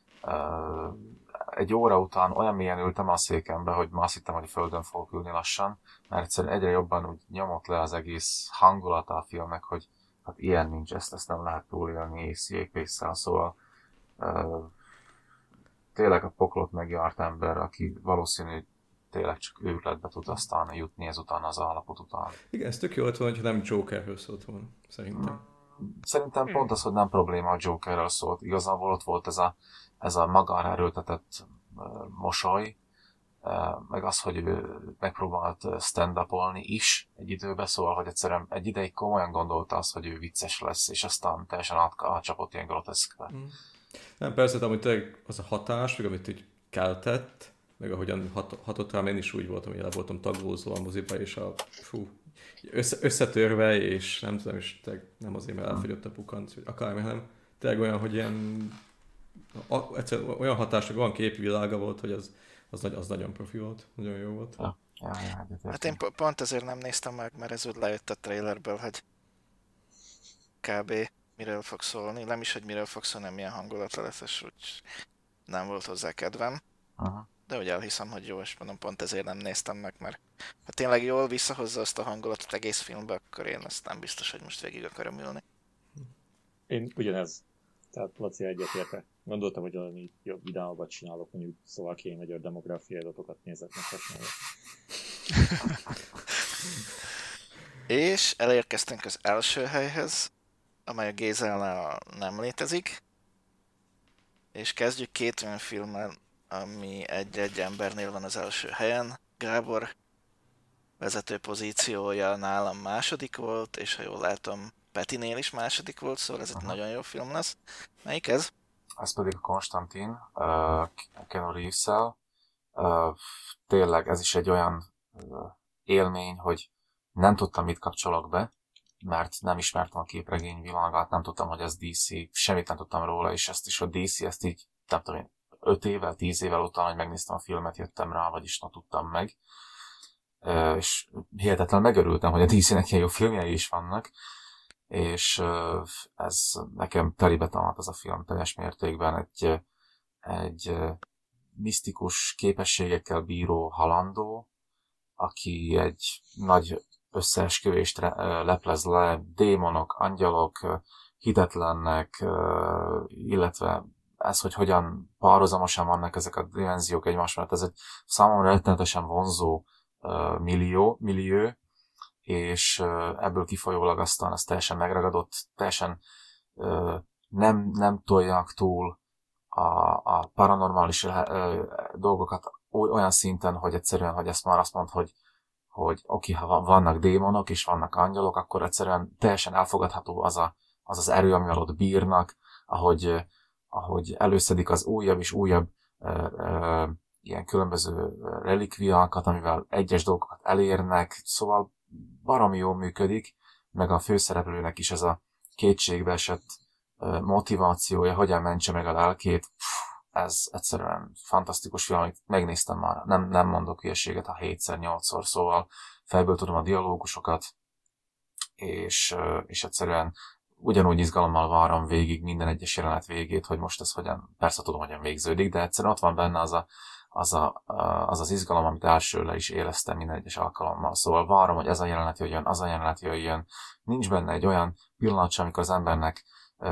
[SPEAKER 2] egy óra után olyan mélyen ültem a székembe, hogy ma azt hittem, hogy a földön fogok ülni lassan, mert egyszerűen egyre jobban úgy nyomott le az egész hangulata a filmnek, hogy hát ilyen nincs, ezt nem lehet túlélni észjékvésszel, szóval tényleg a poklot megjárt ember, aki valószínű tényleg csak őrületbe tud aztán jutni ezután az állapot után.
[SPEAKER 4] Igen, ez tök jó lett volna, hogyha nem Jokerről szólt volna, szerintem.
[SPEAKER 2] Szerintem pont az, hogy nem probléma a Jokerről szólt. Igazából ott volt ez a magára erőltetett mosoly, meg az, hogy ő megpróbált stand-upolni is egy időben, szóval, hogy egyszerűen egy ideig komolyan gondolta azt, hogy ő vicces lesz, és aztán teljesen átcsapott ilyen groteszkbe.
[SPEAKER 4] Nem, persze, amúgy tényleg az a hatás, meg amit így keltett, meg ahogyan hatott rám, én is úgy voltam, hogy el voltam tagolózva a moziba, és összetörve, és nem tudom, és tényleg nem azért, mert elfogyott a pukanc, vagy akármi, hanem tényleg olyan, hogy ilyen olyan hatásra, olyan képi világa volt, hogy az nagyon profi volt, nagyon jó volt.
[SPEAKER 2] Ja,
[SPEAKER 1] hát én pont ezért nem néztem meg, mert ez úgy lejött a trailerből, hogy kb. Miről fog szólni, nem is, hogy miről fog szólni, milyen hangulata lesz, és úgy nem volt hozzá kedvem. De úgy elhiszem, hogy jó, és mondom, pont ezért nem néztem meg, mert ha tényleg jól visszahozza azt a hangulatot egész filmbe, akkor én azt nem biztos, hogy most végig akarom ülni.
[SPEAKER 5] Én ugyanez. Tehát Laci egyetértek. Gondoltam, hogy valami jobb vidámabbat csinálok, mondjuk szlovákiai magyar demográfiai adatokat nézek meg hasonló.
[SPEAKER 1] És elérkeztünk az első helyhez, amely a Gézelnál nem létezik. És kezdjük két olyan filmmel, ami egy embernél van az első helyen. Gábor vezető pozíciója nálam második volt, és ha jól látom, Petinél is második volt, szóval ez egy nagyon jó film lesz. Melyik ez?
[SPEAKER 2] Ez pedig a Konstantin, Keanu Reeves-szel. Tényleg ez is egy olyan élmény, hogy nem tudtam, mit kapcsolok be, mert nem ismertem a képregény világát, nem tudtam, hogy ez DC, semmit nem tudtam róla, és ezt is a DC, ezt így, nem tudom én, 5 évvel, 10 évvel után, hogy megnéztem a filmet, jöttem rá, vagyis tudtam meg. És hihetetlen megörültem, hogy a DC-nek ilyen jó filmjei is vannak, és ez nekem telibe talált az a film teljes mértékben egy misztikus képességekkel bíró halandó, aki egy nagy összeesküvést leplez le, démonok, angyalok, hitetlennek, illetve ez, hogy hogyan párhuzamosan vannak ezek a dimenziók egymás mellett, ez egy számomra rettenetesen vonzó millió, és ebből kifolyólag aztán ez teljesen megragadott, teljesen nem tolják túl a paranormális dolgokat olyan szinten, hogy egyszerűen, hogy ezt már azt mond, hogy oké, ha vannak démonok és vannak angyalok, akkor egyszerűen teljesen elfogadható az erő, amivel ott bírnak, ahogy előszedik az újabb és újabb ilyen különböző relikviákat, amivel egyes dolgokat elérnek, szóval baromi jól működik, meg a főszereplőnek is ez a kétségbeesett motivációja, hogyan mentse meg a lelkét, ez egyszerűen fantasztikus film, amit megnéztem már, nem mondok hülyeséget, a 7-8-szor, szóval fejből tudom a dialógusokat, és egyszerűen ugyanúgy izgalommal várom végig minden egyes jelenet végét, hogy most ez hogyan, persze tudom, hogyan végződik, de egyszerűen ott van benne az izgalom, amit elsőre is éleztem minden egyes alkalommal. Szóval várom, hogy ez a jelenet jöjjön, az a jelenet jöjjön. Nincs benne egy olyan pillanat, amikor az embernek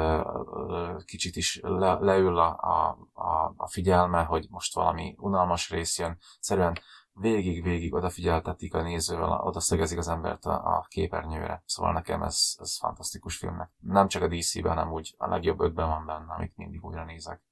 [SPEAKER 2] kicsit is leül a figyelme, hogy most valami unalmas rész jön. Egyszerűen végig odafigyeltetik a nézővel, oda szögezik az embert a képernyőre. Szóval nekem ez fantasztikus filmnek. Nem csak a DC-ben, hanem úgy a legjobb 5-ben van benne, amit mindig újra nézek.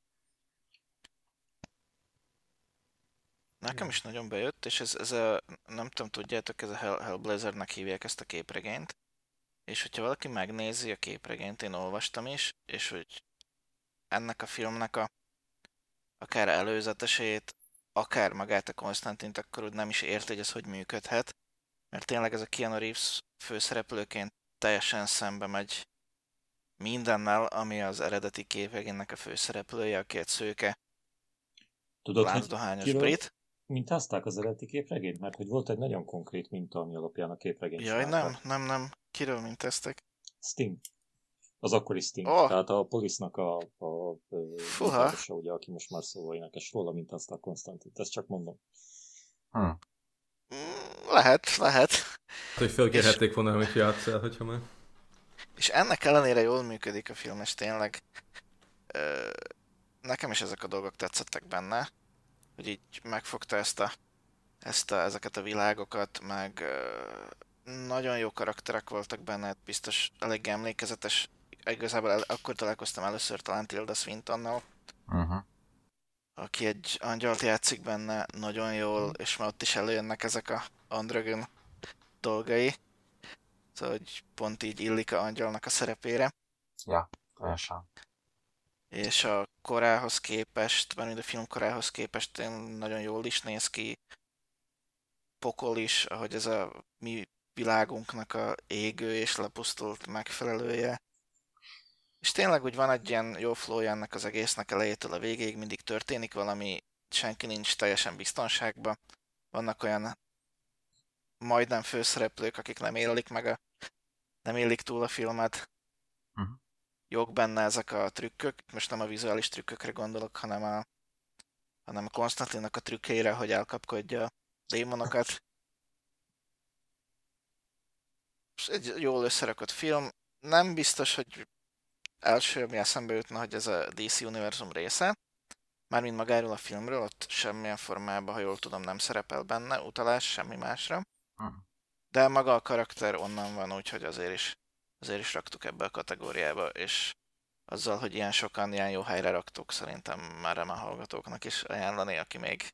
[SPEAKER 1] Nekem is nagyon bejött, és ez a, nem tudom, tudjátok, ez a Hellblazernek hívják ezt a képregényt. És hogyha valaki megnézi a képregényt, én olvastam is, és hogy ennek a filmnek akár előzetesét, akár magát a Konstantint, akkor úgy nem is érti, hogy ez hogy működhet. Mert tényleg ez a Keanu Reeves főszereplőként teljesen szembe megy mindennel, ami az eredeti képregénynek a főszereplője, aki egy szőke,
[SPEAKER 5] Tudod, hogy
[SPEAKER 1] láncdohányos
[SPEAKER 5] kiről
[SPEAKER 1] brit.
[SPEAKER 5] mintázták az eredeti képregényt? Mert hogy volt egy nagyon konkrét minta, ami alapján a képregényt
[SPEAKER 1] Jaj,
[SPEAKER 5] csinálták.
[SPEAKER 1] nem. Kiről mintáztek?
[SPEAKER 5] Sting. Az akkori Sting.
[SPEAKER 1] Oh.
[SPEAKER 5] Tehát a Police-nak a
[SPEAKER 1] Fuha.
[SPEAKER 5] munkatársa, ugye, aki most már szóval énekes, róla mintázták Konstantint. Ezt csak mondom.
[SPEAKER 1] Lehet.
[SPEAKER 4] Hogy fölkérhették volna, amit játszál, hogyha már.
[SPEAKER 1] És ennek ellenére jól működik a film, és tényleg nekem is ezek a dolgok tetszettek benne, hogy így megfogta ezeket a világokat, meg nagyon jó karakterek voltak benne, biztos elég emlékezetes. Igazából akkor találkoztam először talán Tilda Swintonnal, aki egy angyalt játszik benne nagyon jól, és már ott is előjönnek ezek a androgyn dolgai. Szóval, hogy pont így illik a angyalnak a szerepére.
[SPEAKER 2] Ja, teljesen.
[SPEAKER 1] És a korához képest, mert a film korához képest nagyon jól is néz ki. Pokol is, ahogy ez a mi világunknak a égő és lepusztult megfelelője. És tényleg úgy van egy ilyen jó flowja ennek az egésznek elejétől a végéig, mindig történik valami, senki nincs teljesen biztonságban. Vannak olyan majdnem főszereplők, akik nem élik túl a filmet. Jók benne ezek a trükkök, most nem a vizuális trükkökre gondolok, hanem a Konstantinnak a trükkeire, hogy elkapkodja a démonokat. Egy jól összerakott film. Nem biztos, hogy első, ami eszembe jutna, hogy ez a DC univerzum része. Mármint magáról a filmről, ott semmilyen formában, ha jól tudom, nem szerepel benne utalás, semmi másra. De maga a karakter onnan van, úgyhogy azért is raktuk ebbe a kategóriába, és azzal, hogy ilyen sokan ilyen jó helyre raktuk, szerintem már a hallgatóknak is ajánlani, aki még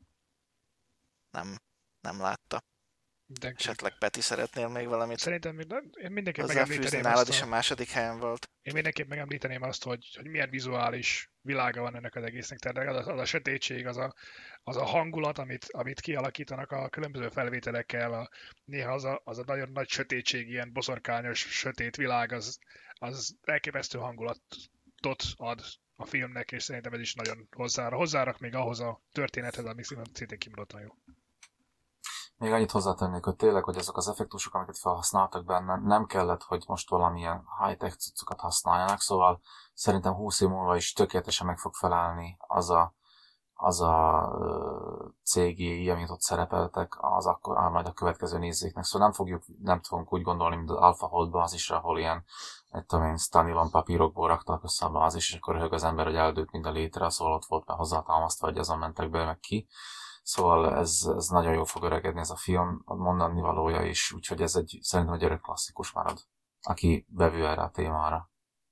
[SPEAKER 1] nem látta. Esetleg Peti, szeretnél még valamit?
[SPEAKER 3] Szerintem én mindenképp
[SPEAKER 1] hozzáfűzni,
[SPEAKER 3] megemlíteném
[SPEAKER 1] nálad
[SPEAKER 3] azt
[SPEAKER 1] is a második helyen volt.
[SPEAKER 3] Én mindenképp megemlíteném azt, hogy milyen vizuális világa van ennek az egésznek. Tehát az a sötétség, az a hangulat, amit kialakítanak a különböző felvételekkel, néha az a nagyon nagy sötétség, ilyen boszorkányos, sötét világ, az elképesztő hangulatot ad a filmnek, és szerintem ez is nagyon hozzárak még ahhoz a történethez, ami szintén kimondottan jó.
[SPEAKER 2] Még annyit hozzátennék, hogy tényleg, hogy azok az effektusok, amiket felhasználtak benne, nem kellett, hogy most valamilyen high-tech cuccokat használjanak, szóval szerintem 20 év múlva is tökéletesen meg fog felelni az a CGI, amit ott szerepeltek, az akkor majd a következő nézőknek. Szóval nem fogunk úgy gondolni, mint az Alpha Holdban az is, ahol ilyen, stanilon papírokból raktak össze a bázis, és akkor röhög az ember, hogy eldőlt mind a létre, szóval ott volt már hozzátámasztva, hogy azon mentek be, meg ki. Szóval ez nagyon jól fog öregedni ez a film, a mondani valója is, úgyhogy ez szerintem egy örök klasszikus marad, aki bevő erre a témára.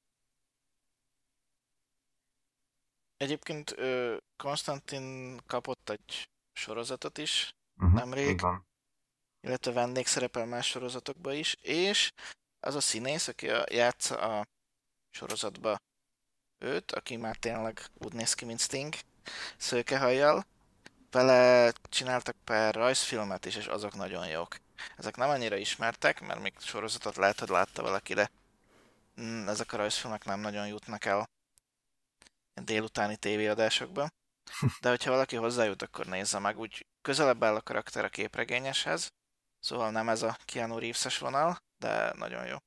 [SPEAKER 1] Egyébként Konstantin kapott egy sorozatot is nemrég, illetve vendégszerepel más sorozatokba is, és az a színész, aki játsza a sorozatba őt, aki már tényleg úgy néz ki, mint Sting, szőkehajjal, vele csináltak pár rajzfilmet is, és azok nagyon jók. Ezek nem annyira ismertek, mert még sorozatot lehet, hogy látta valaki, de ezek a rajzfilmek nem nagyon jutnak el délutáni tévéadásokba. De hogyha valaki hozzájut, akkor nézze meg. Úgy közelebb áll a karakter a képregényeshez, szóval nem ez a Keanu Reeves-es vonal, de nagyon jó.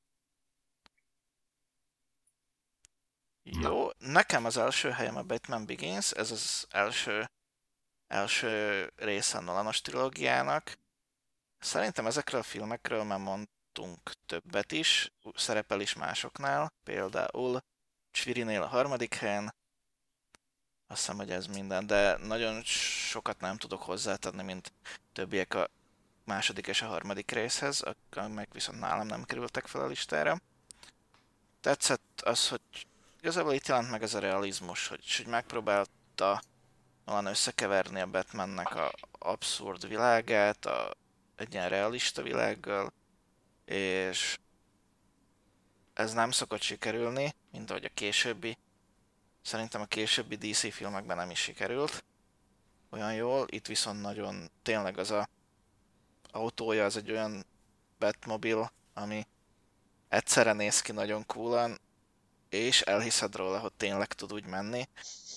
[SPEAKER 1] Jó, nekem az első helyem a Batman Begins, ez az első része a Nolanos trilógiának. Szerintem ezekről a filmekről már mondtunk többet is, szerepel is másoknál, például Csvirinél a harmadik helyen, Azt hiszem, hogy ez minden, de nagyon sokat nem tudok hozzátenni, mint többiek a második és a harmadik részhez, meg viszont nálam nem kerültek fel a listára. Tetszett az, hogy igazából itt jelent meg ez a realizmus, hogy megpróbálta valami összekeverni a Batmannek a abszurd világát egy ilyen realista világgal, és ez nem szokott sikerülni, mint ahogy a későbbi. Szerintem a későbbi DC filmekben nem is sikerült olyan jól, itt viszont nagyon tényleg az a autója, az egy olyan Batmobil, ami egyszerre néz ki nagyon coolan, és elhiszed róla, hogy tényleg tud úgy menni.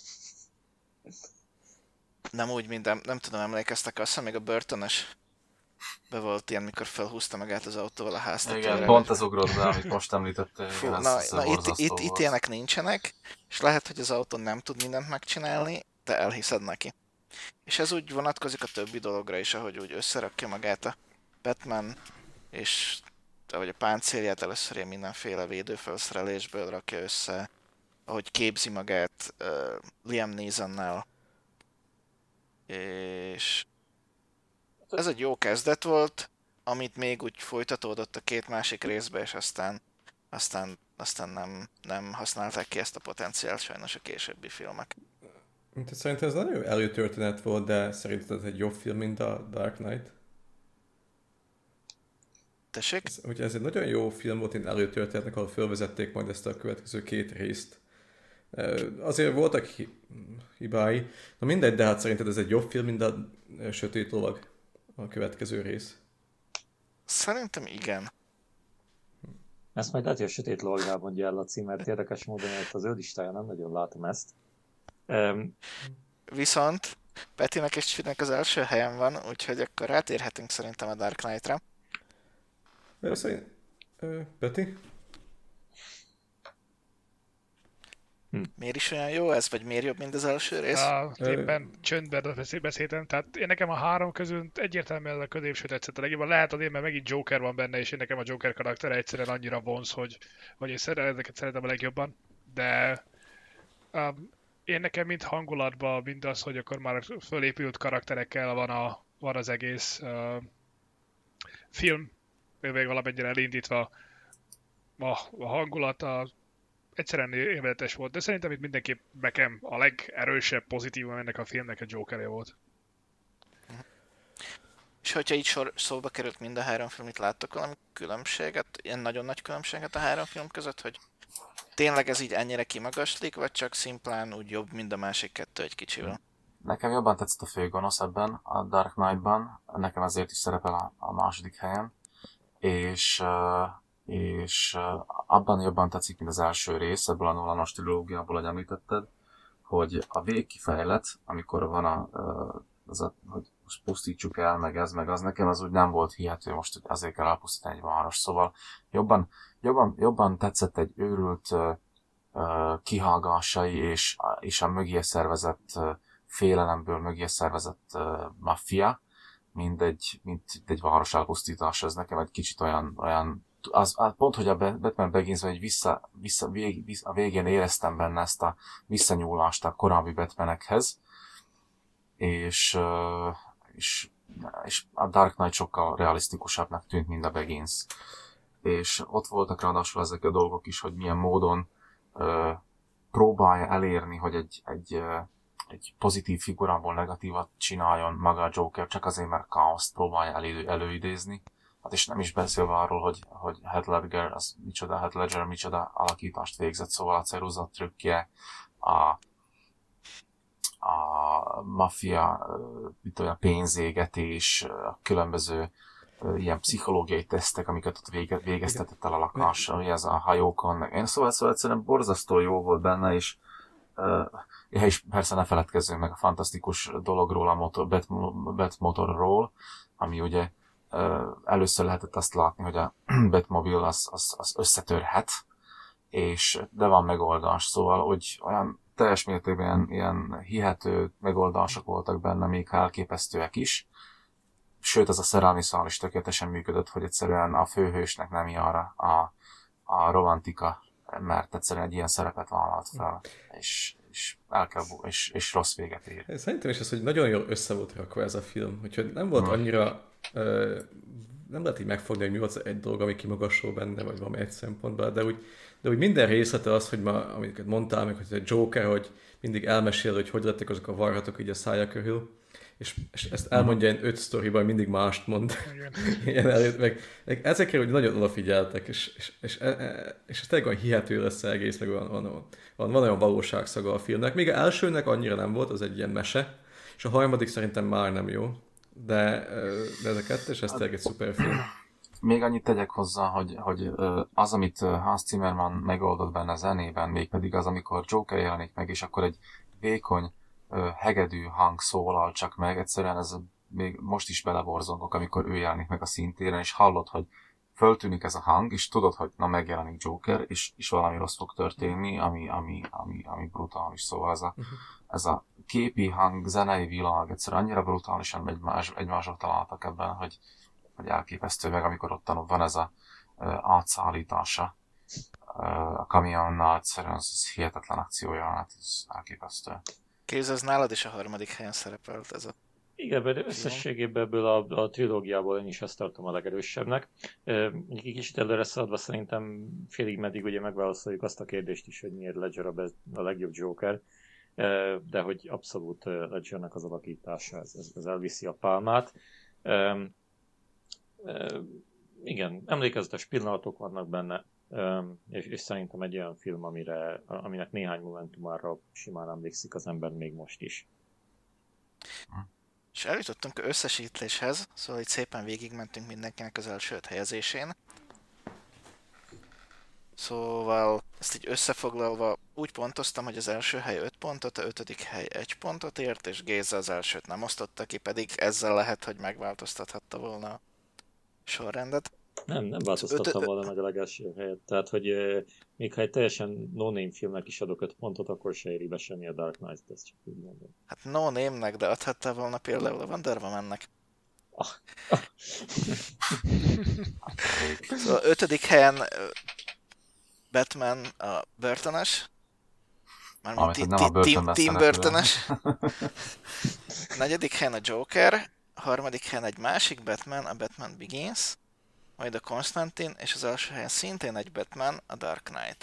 [SPEAKER 1] Nem úgy, mint nem tudom, emlékeztek, azt hiszem még a Burton-ös be volt ilyen, mikor felhúzta magát az autóval a háztetőre.
[SPEAKER 2] Igen, pont ez ugrott be, amit most említettél.
[SPEAKER 1] Fú, itt ilyenek nincsenek, és lehet, hogy az autó nem tud mindent megcsinálni, de elhiszed neki. És ez úgy vonatkozik a többi dologra is, ahogy úgy összerakja magát a Batman, és ahogy a páncélját először ilyen mindenféle védőfelszerelésből rakja össze, ahogy képzi magát Liam Neesonnál. És ez egy jó kezdet volt, amit még úgy folytatódott a két másik részbe, és aztán nem használták ki ezt a potenciált sajnos a későbbi filmek.
[SPEAKER 4] Szerintem ez nagyon jó előtörténet volt, de szerinted ez egy jobb film, mint a Dark Knight?
[SPEAKER 1] Tessék?
[SPEAKER 4] Ez egy nagyon jó film volt, én előtörténetnek, ahol felvezették majd ezt a következő két részt. Azért voltak hibái. Na mindegy, de hát szerinted ez egy jobb film, mint a Sötét Lovag, a következő rész?
[SPEAKER 1] Szerintem igen.
[SPEAKER 5] Ezt majd lehet, hogy a Sötét Lovagnál mondja el, Laci, mert érdekes módon, hogy az ő listáján nem nagyon látom ezt.
[SPEAKER 1] Viszont Petinek és Csinek az első helyen van, úgyhogy akkor rátérhetünk szerintem a Dark Knight-ra.
[SPEAKER 4] Peti?
[SPEAKER 1] Miért is olyan jó ez, vagy miért jobb, mint az első rész?
[SPEAKER 3] Éppen csöndben beszéltem, tehát én nekem a három közül egyértelműen a középső tetszett a legjobban. Lehet azért, mert megint Joker van benne, és én nekem a Joker karaktere egyszerűen annyira vonz, hogy én ezeket szeretem a legjobban, de én nekem mind hangulatban, mind az, hogy akkor már fölépült karakterekkel van az egész film, még valamennyire elindítva, a hangulata egyszerűen élvezetes volt, de szerintem itt mindenképp nekem a legerősebb pozitívan ennek a filmnek a Joker-je volt.
[SPEAKER 1] És hogyha így szóba került mind a három film, itt láttok valami különbséget, ilyen nagyon nagy különbséget a három film között, hogy tényleg ez így ennyire kimagaslik, vagy csak szimplán úgy jobb, mint a másik kettő egy kicsivel?
[SPEAKER 2] Nekem jobban tetszett a főgonosz ebben, a Dark Knight-ban, nekem azért is szerepel a második helyen, és abban jobban tetszik, mint az első rész, ebből a Nolanos trilógiából, ahogy említetted, hogy a végkifejlet, amikor van hogy most pusztítsuk el, meg ez, meg az, nekem az úgy nem volt hihető most, hogy azért kell elpusztítani egy város. Szóval jobban tetszett egy őrült kihallgásai és a mögé szervezett félelemből mögé szervezett maffia, mint egy város elpusztítása. Ez nekem egy kicsit olyan pont, hogy a Batman Beginsben a végén éreztem benne ezt a visszanyúlást a korábbi Batmanekhez, és a Dark Knight sokkal realisztikusabbnak tűnt, mint a Begins. És ott voltak ráadásul ezek a dolgok is, hogy milyen módon próbálja elérni, hogy egy pozitív figurából negatívat csináljon maga a Joker, csak azért, mert káoszt próbálja előidézni. Hát és nem is beszélve arról, hogy Heath Ledger micsoda alakítást végzett, szóval a ceruza trükkje, a maffia, a pénzégetés, a különböző ilyen pszichológiai tesztek, amiket ott végeztetett el a lakás, ami ez a hajókon. Én szóval egyszerűen borzasztó jó volt benne, és persze ne feledkezzünk meg a fantasztikus dologról, a Batmotorról, ami ugye először lehetett azt látni, hogy a Batmobile az összetörhet, de van megoldás, szóval hogy olyan teljes mértékben ilyen hihető megoldások voltak benne, még elképesztőek is. Sőt, ez a szerelmi szál is tökéletesen működött, hogy egyszerűen a főhősnek nem jár a romantika, mert egyszerűen egy ilyen szerepet vállalt fel. És és rossz véget ér.
[SPEAKER 4] Szerintem is ez, hogy nagyon jól össze volt rakva ez a film, úgyhogy nem volt annyira, nem lehet így megfogni, hogy mi volt egy dolog, ami kimagasol benne, vagy valami egy szempontból, de úgy minden részlete az, hogy amiket mondtál, meg hogy a Joker, hogy mindig elmesél, hogy lettek azok a varhatok így a szája körül, és ezt elmondja ilyen 5 sztoriban, mindig mást mond. meg ezekre hogy nagyon odafigyeltek, és ez tényleg olyan hihető lesz egész, meg van olyan valóságszaga a filmnek. Még az elsőnek annyira nem volt, az egy ilyen mese, és a harmadik szerintem már nem jó, de ez a kettes, ez tényleg egy szuper film.
[SPEAKER 2] Még annyit tegyek hozzá, hogy az, amit Hans Zimmermann megoldott benne zenében, mégpedig az, amikor Joker jelenik meg, és akkor egy vékony, hegedű hang szólal csak meg, egyszerűen ez még most is beleborzongok, amikor ő jelenik meg a színtéren, és hallod, hogy föltűnik ez a hang, és tudod, hogy na megjelenik Joker, és valami rossz fog történni, ami brutális. Szóval ez a képi hang, zenei világ egyszerűen annyira brutálisan egymásra találtak ebben, hogy elképesztő, meg amikor ott van ez a átszállítása a kamionnal, egyszerűen ez hihetetlen akciója, hát ez elképesztő.
[SPEAKER 1] Kéz, ez nálad is a harmadik helyen szerepelt ez a...
[SPEAKER 5] Igen, de összességében ebből a trilógiából én is ezt tartom a legerősebbnek. Egy kicsit előre szaladva szerintem félig meddig ugye megválaszoljuk azt a kérdést is, hogy miért Ledger a legjobb Joker, de hogy abszolút Ledgernek az alakítása, ez elviszi a pálmát. Igen, emlékezetes pillanatok vannak benne, és szerintem egy olyan film, aminek néhány momentumára simán emlékszik az ember még most is.
[SPEAKER 1] És eljutottunk összesítéshez, szóval itt szépen végigmentünk mindenkinek az első 5 helyezésén. Szóval ezt így összefoglalva úgy pontoztam, hogy az első hely 5 pontot, a 5. hely 1 pontot ért, és Géza az elsőt nem osztotta ki, pedig ezzel lehet, hogy megváltoztathatta volna a sorrendet.
[SPEAKER 5] Nem változtattam volna meg a legelső helyet. Tehát, hogy még ha egy teljesen no-name filmnek is adok 5 pontot, akkor se éri be semmi a Dark Knight, ezt csak úgy mondom.
[SPEAKER 1] Hát no-name-nek, de adhattál volna például a Wonder Woman-nek. Szóval 5. helyen Batman a Burton-es. Mármint Tim Burton-es. 4. helyen a Joker. 3. helyen egy másik Batman, a Batman Begins. Majd a Constantine, és az első helyen szintén egy Batman, a Dark Knight.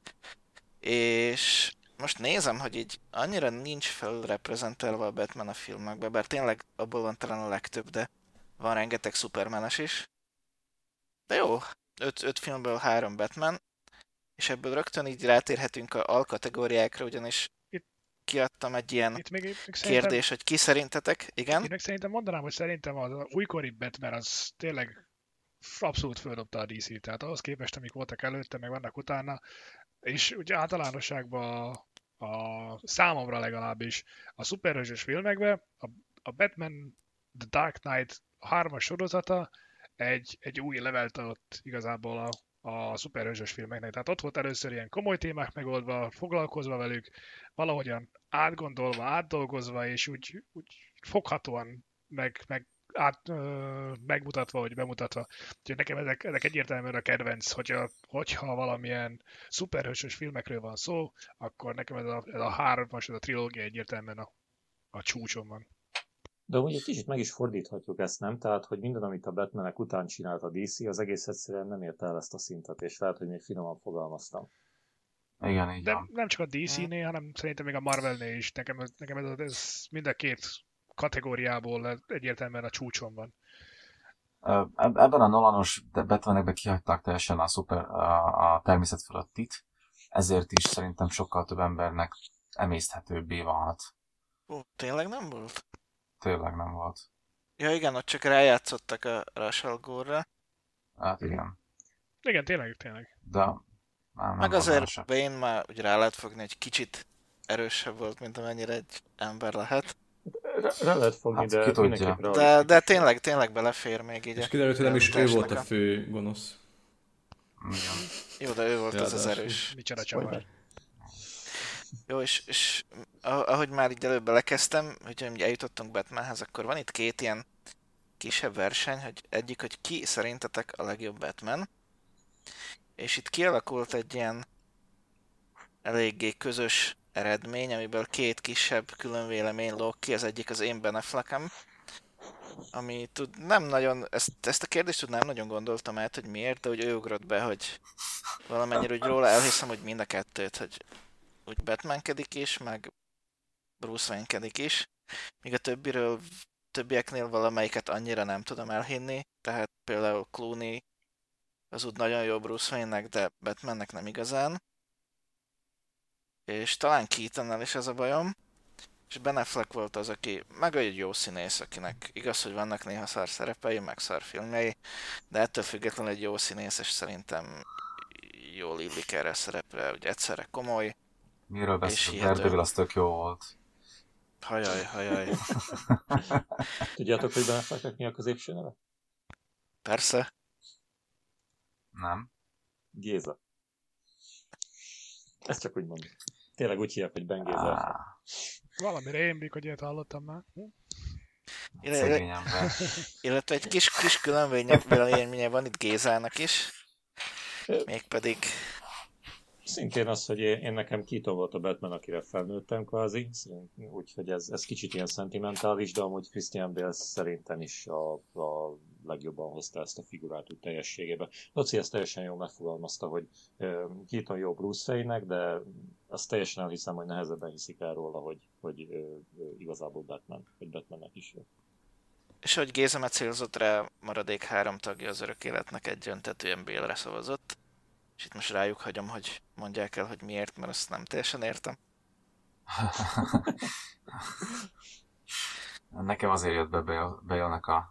[SPEAKER 1] És most nézem, hogy így annyira nincs felreprezentálva a Batman a filmekbe, bár tényleg abból van talán a legtöbb, de van rengeteg Supermanes is. De jó, 5 filmből 3 Batman, és ebből rögtön így rátérhetünk a alkategóriákra, ugyanis kiadtam egy ilyen kérdés, hogy ki szerintetek, igen?
[SPEAKER 3] Én meg szerintem mondanám, hogy szerintem az újkori Batman az tényleg abszolút földobta a DC-t, tehát ahhoz képest, amik voltak előtte, meg vannak utána, és ugye általánosságban a számomra legalábbis a szuperhősös filmekben a Batman The Dark Knight 3-as sorozata egy új levelt adott igazából a szuperhősös filmeknek. Tehát ott volt először ilyen komoly témák megoldva, foglalkozva velük, valahogyan átgondolva, átdolgozva, és úgy foghatóan megmutatva, vagy bemutatva. Úgyhogy nekem ezek egyértelműen a kedvenc, hogyha valamilyen szuperhősös filmekről van szó, akkor nekem ez a 3-as, ez a trilógia egyértelműen a csúcson van.
[SPEAKER 5] De úgy egy kicsit meg is fordíthatjuk ezt, nem? Tehát, hogy minden, amit a Batmanek után csinált a DC, az egész egyszerűen nem érte el ezt a szintet, és lehet, hogy még finoman fogalmaztam.
[SPEAKER 2] Igen, így
[SPEAKER 3] de
[SPEAKER 2] van.
[SPEAKER 3] nem csak a DC-nél, hanem szerintem még a Marvelnél is. Nekem ez mind a két kategóriából egyértelműen a csúcson van.
[SPEAKER 2] Ebben a Nolanos Batmanekben kihagyták teljesen a természet fölöttit, ezért is szerintem sokkal több embernek emészthetőbbé válhat.
[SPEAKER 1] Tényleg nem volt?
[SPEAKER 2] Tényleg nem volt.
[SPEAKER 1] Ja igen, ott csak rájátszottak a Russell Gore-ra.
[SPEAKER 2] Hát igen.
[SPEAKER 3] Igen, tényleg.
[SPEAKER 2] De nem
[SPEAKER 1] meg azért Bane már úgy rá lehet fogni, hogy kicsit erősebb volt, mint amennyire egy ember lehet.
[SPEAKER 5] Rá lehet fogni, hát, de
[SPEAKER 1] mindenképpen de tényleg belefér még így.
[SPEAKER 4] És kiderült, hogy nem is ő volt a fő gonosz.
[SPEAKER 2] Igen.
[SPEAKER 1] Jó, de ő volt az erős.
[SPEAKER 3] Micsoda csavar.
[SPEAKER 1] Jó, és ahogy már így előbb belekezdtem, hogy eljutottunk Batmanhez, akkor van itt 2 ilyen kisebb verseny, hogy egyik, hogy ki szerintetek a legjobb Batman, és itt kialakult egy ilyen eléggé közös eredmény, amiből két kisebb különvélemény lóg ki, az egyik az én Ben Affleckem, ami nem nagyon, ezt a kérdést nem nagyon gondoltam át, hogy miért, de úgy ő ugrott be, hogy valamennyire úgy róla elhiszem, hogy mind a kettőt, hogy úgy Batmankedik is, meg Bruce Wayne-kedik is, míg a többieknél valamelyiket annyira nem tudom elhinni, tehát például Clooney az úgy nagyon jó Bruce Wayne-nek, de Batmannek nem igazán. És talán Keatonnel is ez a bajom. És Ben Affleck volt az, aki meg egy jó színész, akinek igaz, hogy vannak néha szar szerepei, meg szar filmjei, de ettől függetlenül egy jó színész, és szerintem jól illik erre a szerepre, hogy egyszerre komoly.
[SPEAKER 2] Miről beszélsz? Daredevil az tök jó volt.
[SPEAKER 1] Hajaj.
[SPEAKER 5] Tudjátok, hogy Ben Afflecknek mi a középső neve?
[SPEAKER 1] Persze.
[SPEAKER 2] Nem.
[SPEAKER 5] Géza. Ezt csak úgy mondom. Tényleg úgy hívják, hogy Ben Géza.
[SPEAKER 3] Valami rémlik, hogy ilyet hallottam már.
[SPEAKER 2] Szegény ember.
[SPEAKER 1] Illetve egy kis különbözménye van itt Gézának is. Mégpedig...
[SPEAKER 5] Szintén az, hogy én nekem Keaton volt a Batman, akire felnőttem kvázi, úgyhogy ez kicsit ilyen szentimentális, de amúgy Christian Bale szerintem is a legjobban hozta ezt a figurát úgy teljességében. Laci ezt teljesen jól megfogalmazta, hogy Keaton jó Bruce Wayne-nek, de azt teljesen elhiszem, hogy nehezebben hiszik el róla, hogy igazából Batman, hogy Batmannek is jó.
[SPEAKER 1] És hogy Géza célzott rá, maradék 3 tagja az örök életnek egyöntetően Bale-re szavazott. És itt most rájuk hagyom, hogy mondják el, hogy miért, mert azt nem teljesen értem.
[SPEAKER 2] Nekem azért jött be Bale-nek a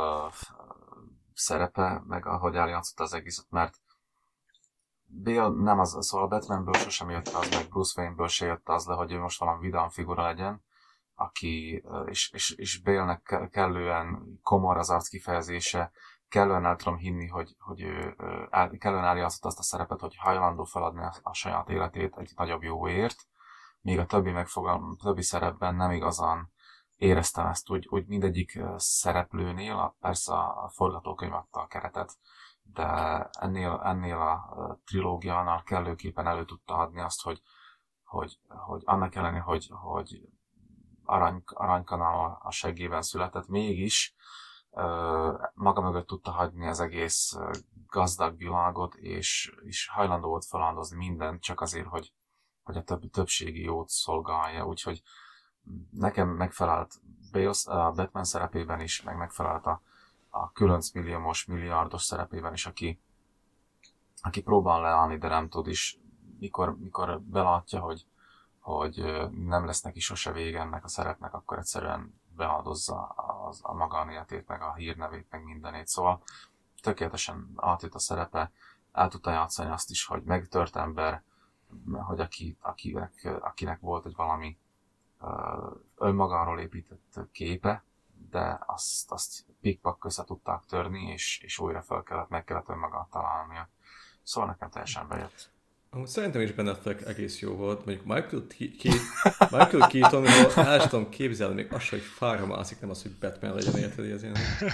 [SPEAKER 2] szerepe, meg ahogy eljátszott az egészet, mert Bale nem az, szóval a Batmanből sosem jött az, meg Bruce Wayne-ből se jött az le, hogy ő most valami vidám figura legyen, aki, és Bale-nek kellően komor az arc kifejezése, kellően el tudom hinni, hogy ő kellően eljátszott azt a szerepet, hogy hajlandó feladni a saját életét egy nagyobb jóért, míg a többi szerepben nem igazán éreztem ezt úgy mindegyik szereplőnél, persze a forgatókönyv adta a keretet, de ennél a trilógiánál kellőképpen elő tudta adni azt, hogy annak ellenére, hogy aranykanál a seggében született, mégis maga mögött tudta hagyni az egész gazdag világot, és hajlandó volt feláldozni mindent, csak azért, hogy a többségi jót szolgálja. Úgyhogy nekem megfelelt a Batman szerepében is, meg megfelelt a különc milliómos, milliárdos szerepében is, aki próbál leállni, de nem tud, és mikor belátja, hogy nem lesz neki sose vége ennek a szerepnek, akkor egyszerűen beáldozza a magánéletét, meg a hírnevét, meg mindenét. Szóval tökéletesen átjött a szerepe, el tudta játszani azt is, hogy megtört ember, hogy akinek volt egy valami önmagáról épített képe, de azt pikpak össze tudták törni, és újra meg kellett önmagát találnia. Szóval nekem teljesen bejött.
[SPEAKER 4] Amúgy szerintem is Ben Affleck egész jó volt. Mondjuk Michael Keatonról el sem tudom képzelni, még az hogy fára mászik, nem az, hogy Batman legyen, érted, ez ilyen.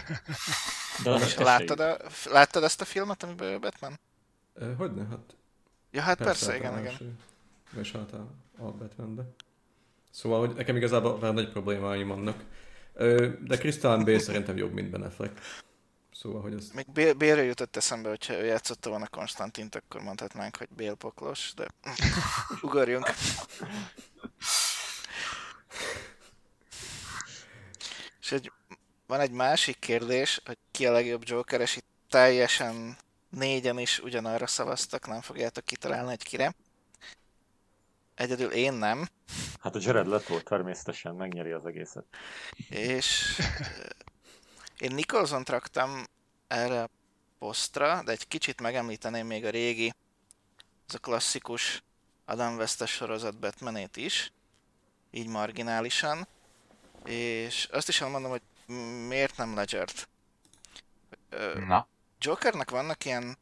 [SPEAKER 1] És láttad ezt a filmet, amiben Batman?
[SPEAKER 4] Hogyne, hát...
[SPEAKER 1] Ja, hát persze igen.
[SPEAKER 4] És hát a Batmanbe. Szóval, hogy nekem igazából már nagy problémáim vannak. De Christian Bale szerintem jobb, mint Ben Affleck. Szóval, hogy ez...
[SPEAKER 1] Még Bale-ről jutott eszembe, hogyha ő játszotta volna Konstantint, akkor mondhatnánk, hogy Bale poklos, de ugorjunk. És van egy másik kérdés, hogy ki a legjobb Joker, és itt teljesen 4-en is ugyanarra szavaztak, nem fogjátok kitalálni, hogy kire. Egyedül én nem.
[SPEAKER 5] Hát a Jared Leto természetesen megnyeri az egészet.
[SPEAKER 1] És én Nicholsont raktam erre a posztra, de egy kicsit megemlíteném még a régi, ez a klasszikus Adam West-es sorozat Batmanét is, így marginálisan, és azt is elmondom, hogy miért nem Ledgert.
[SPEAKER 2] Na.
[SPEAKER 1] Jokernek vannak ilyen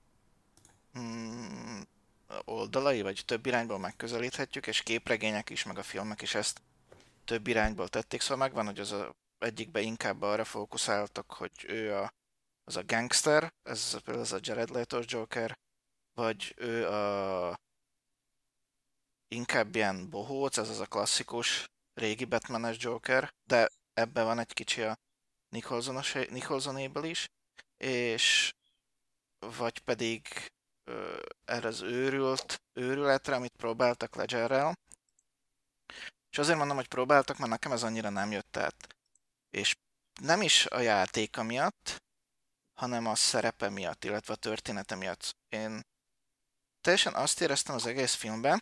[SPEAKER 1] oldalai, vagy több irányból megközelíthetjük, és képregények is, meg a filmek is ezt több irányból tették, szóval megvan, hogy az egyikben inkább arra fókuszáltak, hogy ő az a gangster, ez például az a Jared Leto Joker, vagy ő inkább ilyen bohóc, ez az a klasszikus régi Batman-es Joker, de ebben van egy kicsi a Nicholsonéből is, és vagy pedig erre az őrületre, amit próbáltak Ledgerrel. És azért mondom, hogy próbáltak, mert nekem ez annyira nem jött át. És nem is a játéka miatt, hanem a szerepe miatt, illetve a története miatt. Én teljesen azt éreztem az egész filmben,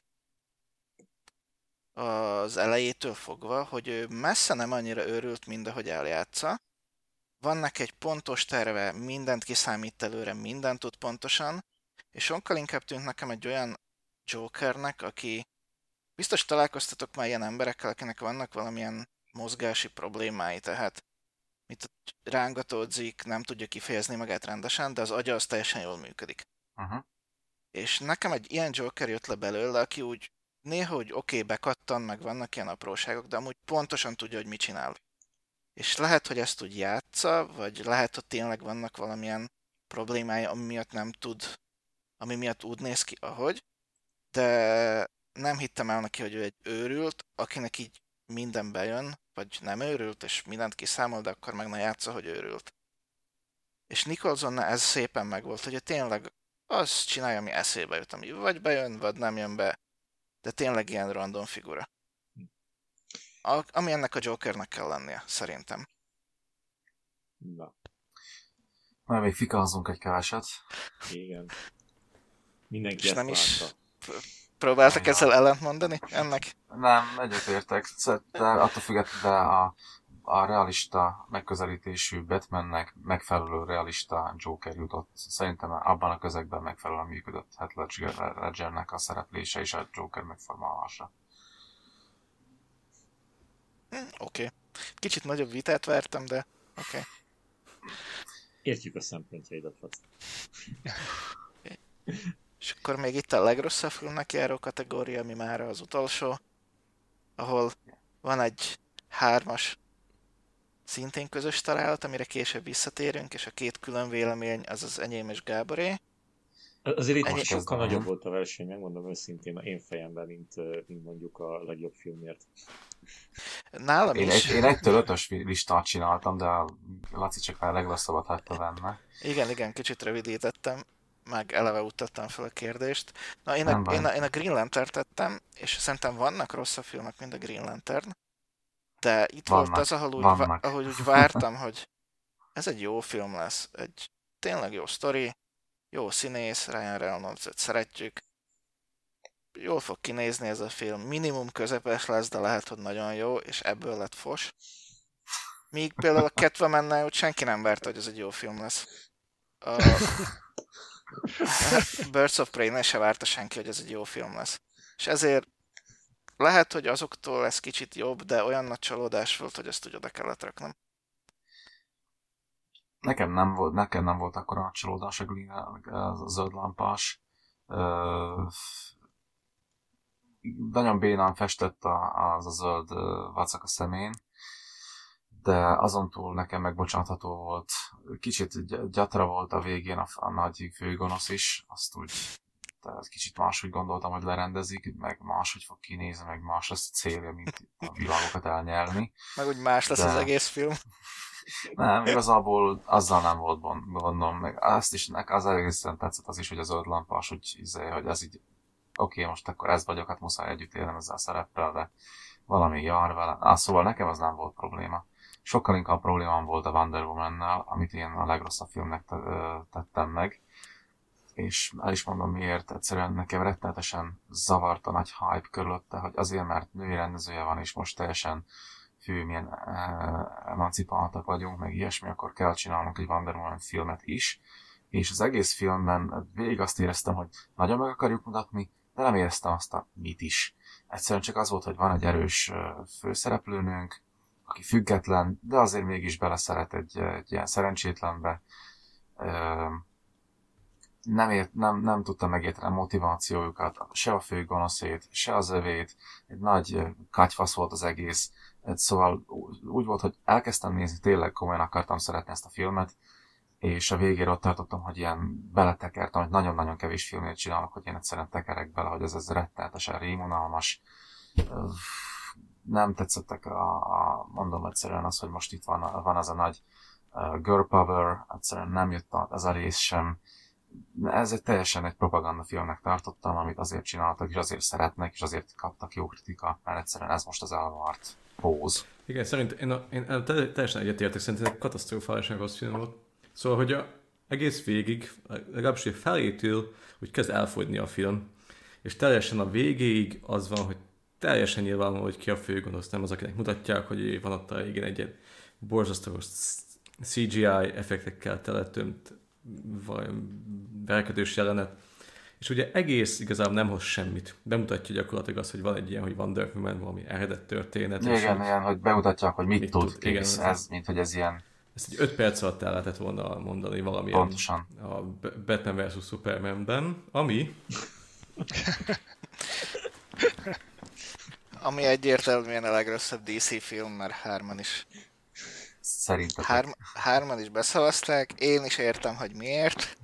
[SPEAKER 1] az elejétől fogva, hogy ő messze nem annyira őrült, mint ahogy eljátsza. Van neki egy pontos terve, mindent kiszámít előre, mindent tud pontosan, és sokkal inkább tűnt nekem egy olyan Jokernek, aki biztos találkoztatok már ilyen emberekkel, akinek vannak valamilyen mozgási problémái, tehát mint rángatódzik, nem tudja kifejezni magát rendesen, de az agya az teljesen jól működik.
[SPEAKER 2] Uh-huh.
[SPEAKER 1] És nekem egy ilyen Joker jött le belőle, aki úgy néha úgy oké, bekattan, meg vannak ilyen apróságok, de amúgy pontosan tudja, hogy mit csinál. És lehet, hogy ezt úgy játsza, vagy lehet, hogy tényleg vannak valamilyen problémája, ami miatt nem tud, ami miatt úgy néz ki, ahogy, de nem hittem el neki, hogy ő egy őrült, akinek így minden bejön, vagy nem őrült, és mindent kiszámol, de akkor meg ne játsza, hogy őrült. És Nicholsonnál ez szépen megvolt, hogy tényleg azt csinálja, ami eszébe jut, ami vagy bejön, vagy nem jön be, de tényleg ilyen random figura. Ami ennek a Jokernek kell lennie, szerintem.
[SPEAKER 5] Na,
[SPEAKER 2] Majd még fikázunk egy keveset.
[SPEAKER 5] igen. Mindenki
[SPEAKER 1] És
[SPEAKER 5] ezt
[SPEAKER 1] nem is
[SPEAKER 5] várta.
[SPEAKER 1] próbáltak ezzel ellentmondani ennek?
[SPEAKER 2] Nem, egyetértek. De attól függetlenül, de a realista megközelítésű Batmannek megfelelő realista Joker jutott. Szerintem abban a közegben megfelelően működött Ledgernek a szereplése és a Joker megformálása.
[SPEAKER 1] Oké. Kicsit nagyobb vitát vártam, de oké.
[SPEAKER 5] Értjük a szempontjaidat, Laci.
[SPEAKER 1] És akkor még itt a legrosszabb filmnek járó kategória, ami már az utolsó, ahol van egy 3-as szintén közös találat, amire később visszatérünk, és a két külön vélemény az az enyém és Gáboré.
[SPEAKER 5] Azért itt
[SPEAKER 1] Ennyi-
[SPEAKER 5] most sokkal nagyobb volt a verseny, megmondom őszintén, én fejemben, mint mondjuk a legjobb filmért.
[SPEAKER 1] Nálam is.
[SPEAKER 2] Én 1-5-ös listát csináltam, de a Laci csak a legrosszabbat hagyta benne.
[SPEAKER 1] Igen, kicsit rövidítettem, meg eleve utattam fel a kérdést. Na, én
[SPEAKER 2] Nem baj.
[SPEAKER 1] a Green Lantern tettem, és szerintem vannak rosszabb filmek, mint a Green Lantern, de itt volt
[SPEAKER 2] Vannak,
[SPEAKER 1] az, ahol
[SPEAKER 2] vannak.
[SPEAKER 1] ahogy úgy vártam, hogy ez egy jó film lesz, egy tényleg jó sztori, jó színész, Ryan Reynolds-ot szeretjük, jól fog kinézni ez a film, minimum közepes lesz, de lehet, hogy nagyon jó, és ebből lett fos. Míg például a Catwoman-nál úgy senki nem várta, hogy ez egy jó film lesz. A Birds of Prey-nél se várta senki, hogy ez egy jó film lesz. És ezért lehet, hogy azoktól lesz kicsit jobb, de olyan nagy csalódás volt, hogy ezt úgy oda kellett raknom.
[SPEAKER 2] Nekem nem volt akkora a csalódás a zöld lámpás. Nagyon bénán festett az a zöld vacak a szemén, de azon túl nekem megbocsátható volt. Kicsit gyatra volt a végén a nagy főgonosz is, azt úgy kicsit máshogy gondoltam, hogy lerendezik, meg máshogy fog kinézni, meg más lesz a célja, mint a világokat elnyelni.
[SPEAKER 1] Meg úgy más lesz az egész film.
[SPEAKER 2] Nem, igazából azzal nem volt gondom, meg azt is, az egészen tetszett az is, hogy a zöld lámpás, hogy ez így oké, most akkor ez vagyok, hát muszáj együtt élnem ezzel a szereppel, de valami jár vele. Szóval nekem az nem volt probléma. Sokkal inkább problémám volt a Wonder Woman-nel, amit én a legrosszabb filmnek tettem meg. És el is mondom miért, egyszerűen nekem rettenetesen zavart a nagy hype körülötte, hogy azért, mert női rendezője van, és most teljesen milyen emancipáltak vagyunk, meg ilyesmi, akkor kell csinálnunk egy Wonder Woman filmet is. És az egész filmben végig azt éreztem, hogy nagyon meg akarjuk mutatni, de nem éreztem azt a mit is. Egyszerűen csak az volt, hogy van egy erős főszereplőnünk, aki független, de azért mégis beleszeret egy ilyen szerencsétlenbe. Nem tudta megérteni a motivációjukat, se a főgonoszét, se az övét. Egy nagy katyfasz volt az egész. Szóval úgy volt, hogy elkezdtem nézni, tényleg komolyan akartam szeretni ezt a filmet, és a végére ott tartottam, hogy ilyen beletekertem, hogy nagyon-nagyon kevés filmét csinálok, hogy én egyszerűen tekerek bele, hogy ez rettenetesen rémunalmas. Nem tetszettek mondom egyszerűen az, hogy most itt van az a nagy girl power, egyszerűen nem jött ez a rész sem. Ez teljesen egy propagandafilmnek tartottam, amit azért csináltak, és azért szeretnek, és azért kaptak jó kritika, mert egyszerűen ez most az elvart póz.
[SPEAKER 4] Igen, szerintem én teljesen egyetértek, szerintem egy katasztrofálisan rossz film volt. Szóval, hogy egész végig, legalábbis a felétől, hogy kezd elfogyni a film, és teljesen a végéig az van, hogy teljesen nyilvánvaló, hogy ki a főgonosz, nem az, akinek mutatják, hogy van ott a végén egy borzasztó CGI effektekkel teletömt verkedős jelenet, és ugye egész igazából nem hoz semmit. Bemutatja gyakorlatilag azt, hogy van egy ilyen, hogy Wonder Woman, valami eredet történet.
[SPEAKER 2] Igen, ilyen, hogy bemutatják, hogy mit tud. Igen, ez, mint hogy ez ilyen...
[SPEAKER 4] Ezt egy 5 perc alatt el lehetett volna mondani valamilyen
[SPEAKER 2] pontosan.
[SPEAKER 4] A Batman vs. Supermanben, ami...
[SPEAKER 1] ami egyértelműen a legrosszabb DC film, mert hárman is...
[SPEAKER 2] Szerintem.
[SPEAKER 1] Hárman is beszavazták, én is értem, hogy miért.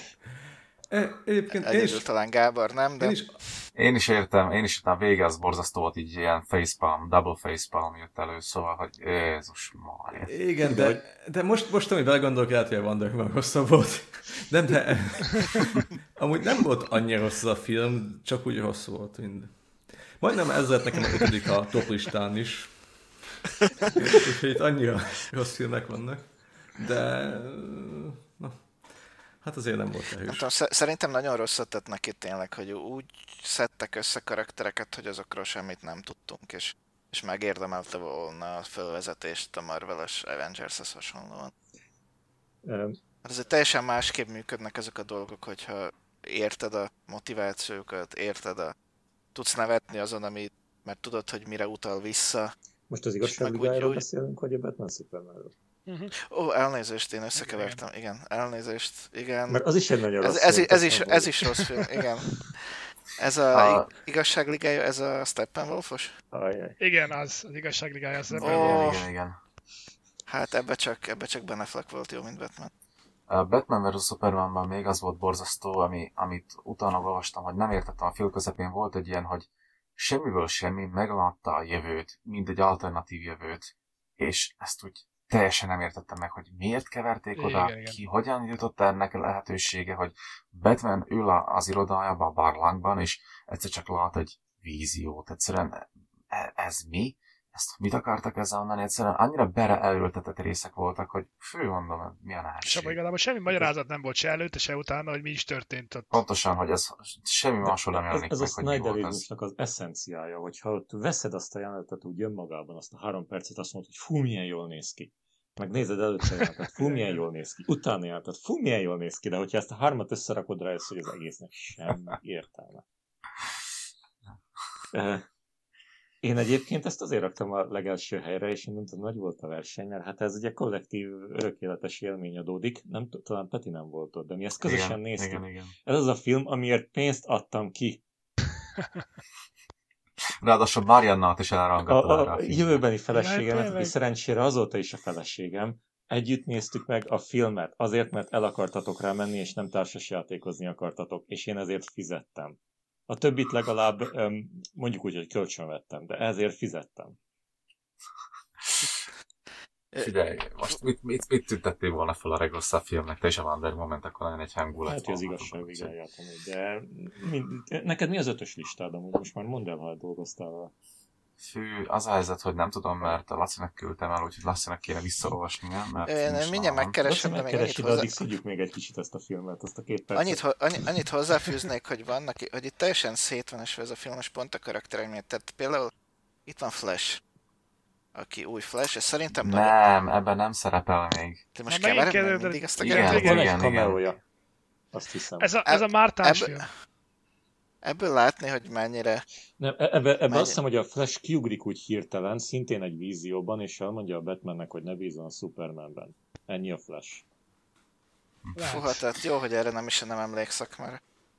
[SPEAKER 1] Egyedül talán Gábor nem, de...
[SPEAKER 2] Én is értem, a vége az borzasztó volt, így ilyen facepalm, double facepalm jött elő, szóval, hogy Jézus Mária.
[SPEAKER 4] Igen, de most amit belegondolok, lehet, hogy a Wonder Woman rosszabb volt. Nem, de amúgy nem volt annyira rossz a film, csak úgy rossz volt mind. Majdnem ez lett nekem a 5. a top listán is. Úgyhogy itt annyira rossz filmek vannak. De... Na, hát azért nem volt erős.
[SPEAKER 1] Szerintem nagyon rosszat tett neki tényleg, hogy úgy szedtek össze karaktereket, hogy azokról semmit nem tudtunk, és megérdemelte volna a fölvezetést a Marvel-es Avengers-hez hasonlóan. Azért teljesen másképp működnek ezek a dolgok, hogyha érted a motivációkat, tudsz nevetni azon, mert tudod, hogy mire utal vissza.
[SPEAKER 5] Most az igazságvilágról beszélünk, vagy a Batman Supermanről?
[SPEAKER 1] Elnézést, én összekevertem, igen. Elnézést, igen.
[SPEAKER 5] Mert az is egy nagyon rossz film.
[SPEAKER 1] Ez is rossz film, igen. Ez a igazságligája, ez a Steppenwolf-os?
[SPEAKER 3] Igen, az igazságligája a Steppenwolf.
[SPEAKER 2] Igen.
[SPEAKER 1] Hát ebbe csak Ben Affleck volt jó, mint Batman.
[SPEAKER 2] A Batman vs. Supermanban még az volt borzasztó, amit utána olvastam, hogy nem értettem, a film közepén volt egy ilyen, hogy semmiből semmi meglátta a jövőt, mint egy alternatív jövőt, és ezt úgy teljesen nem értettem meg, hogy miért keverték oda, ki hogyan jutott ennek a lehetősége, hogy Batman ül az irodájában, a barlangban, és egyszer csak lát egy víziót. Egyszerűen ez mi? Ezt mit akartak ezzel mondani? Egyszerűen annyira beleelültetett részek voltak, hogy mondom, milyen
[SPEAKER 3] ásség. És abban igazából semmi magyarázat nem volt se előtte, se utána, hogy mi is történt ott.
[SPEAKER 2] Pontosan, hogy ez semmi másról nem jelenik
[SPEAKER 5] meg,
[SPEAKER 2] hogy mi volt ez.
[SPEAKER 5] Ez a az eszenciája, hogyha ott veszed azt a jelenetet úgy önmagában, azt a 3 percet, azt mondod, hogy fú, milyen jól néz ki. Meg nézed előtte a jelenetet, fú, milyen jól néz ki. Utána jelenetet, fú, milyen jól néz ki. De hogyha ezt a 3-at összerakod rá, hogy az egésznek semmi értelme. Én egyébként ezt azért raktam a legelső helyre, és én nem tudom, nagy volt a verseny, mert hát ez ugye kollektív, örökéletes élmény adódik. Nem talán Peti nem volt ott, de mi ezt közösen néztük. Igen. Ez az a film, amiért pénzt adtam ki.
[SPEAKER 2] Ráadásul Mariannát is elrangatta.
[SPEAKER 5] A jövőbeni feleségemet, aki szerencsére azóta is a feleségem, együtt néztük meg a filmet, azért, mert el akartatok rá menni, és nem társasjátékozni akartatok, és én ezért fizettem. A többit legalább mondjuk úgy, hogy kölcsön vettem, de ezért fizettem.
[SPEAKER 2] Figyelj, most mit tüntettél volna fel a legrosszabb filmnek? Te is a Wonder Moment, akkor nagyon egy hangulat.
[SPEAKER 5] Hát, az igazságvigáját, de neked mi az 5-ös listád, amúgy most már mondd el, ha dolgoztál vele.
[SPEAKER 2] Fű, az a helyzet, hogy nem tudom, mert a Lacinak küldtem el, úgyhogy Lacinak kéne visszaolvasni, mert
[SPEAKER 1] én mindjárt megkeresem, de még annyit
[SPEAKER 5] addig szidjuk még egy kicsit ezt a filmet, azt a 2 percet.
[SPEAKER 1] Annyit hozzáfűznék, hogy hogy itt teljesen szét van esve ez a film, és pont a karakterek miatt. Tehát például itt van Flash, aki új Flash, és szerintem...
[SPEAKER 2] Nem, ebben nem szerepel még.
[SPEAKER 1] Te most kevered mindig ezt a karaktert?
[SPEAKER 5] Igen. Azt hiszem.
[SPEAKER 3] Ez a Mártás film.
[SPEAKER 1] Ebből látni, hogy mennyire...
[SPEAKER 5] Nem, ebben azt hiszem, hogy a Flash kiugrik úgy hirtelen, szintén egy vízióban, és elmondja a Batmannek, hogy ne bízzon a Supermanben. Ennyi a Flash.
[SPEAKER 1] Tehát jó, hogy erre nem emlékszek már.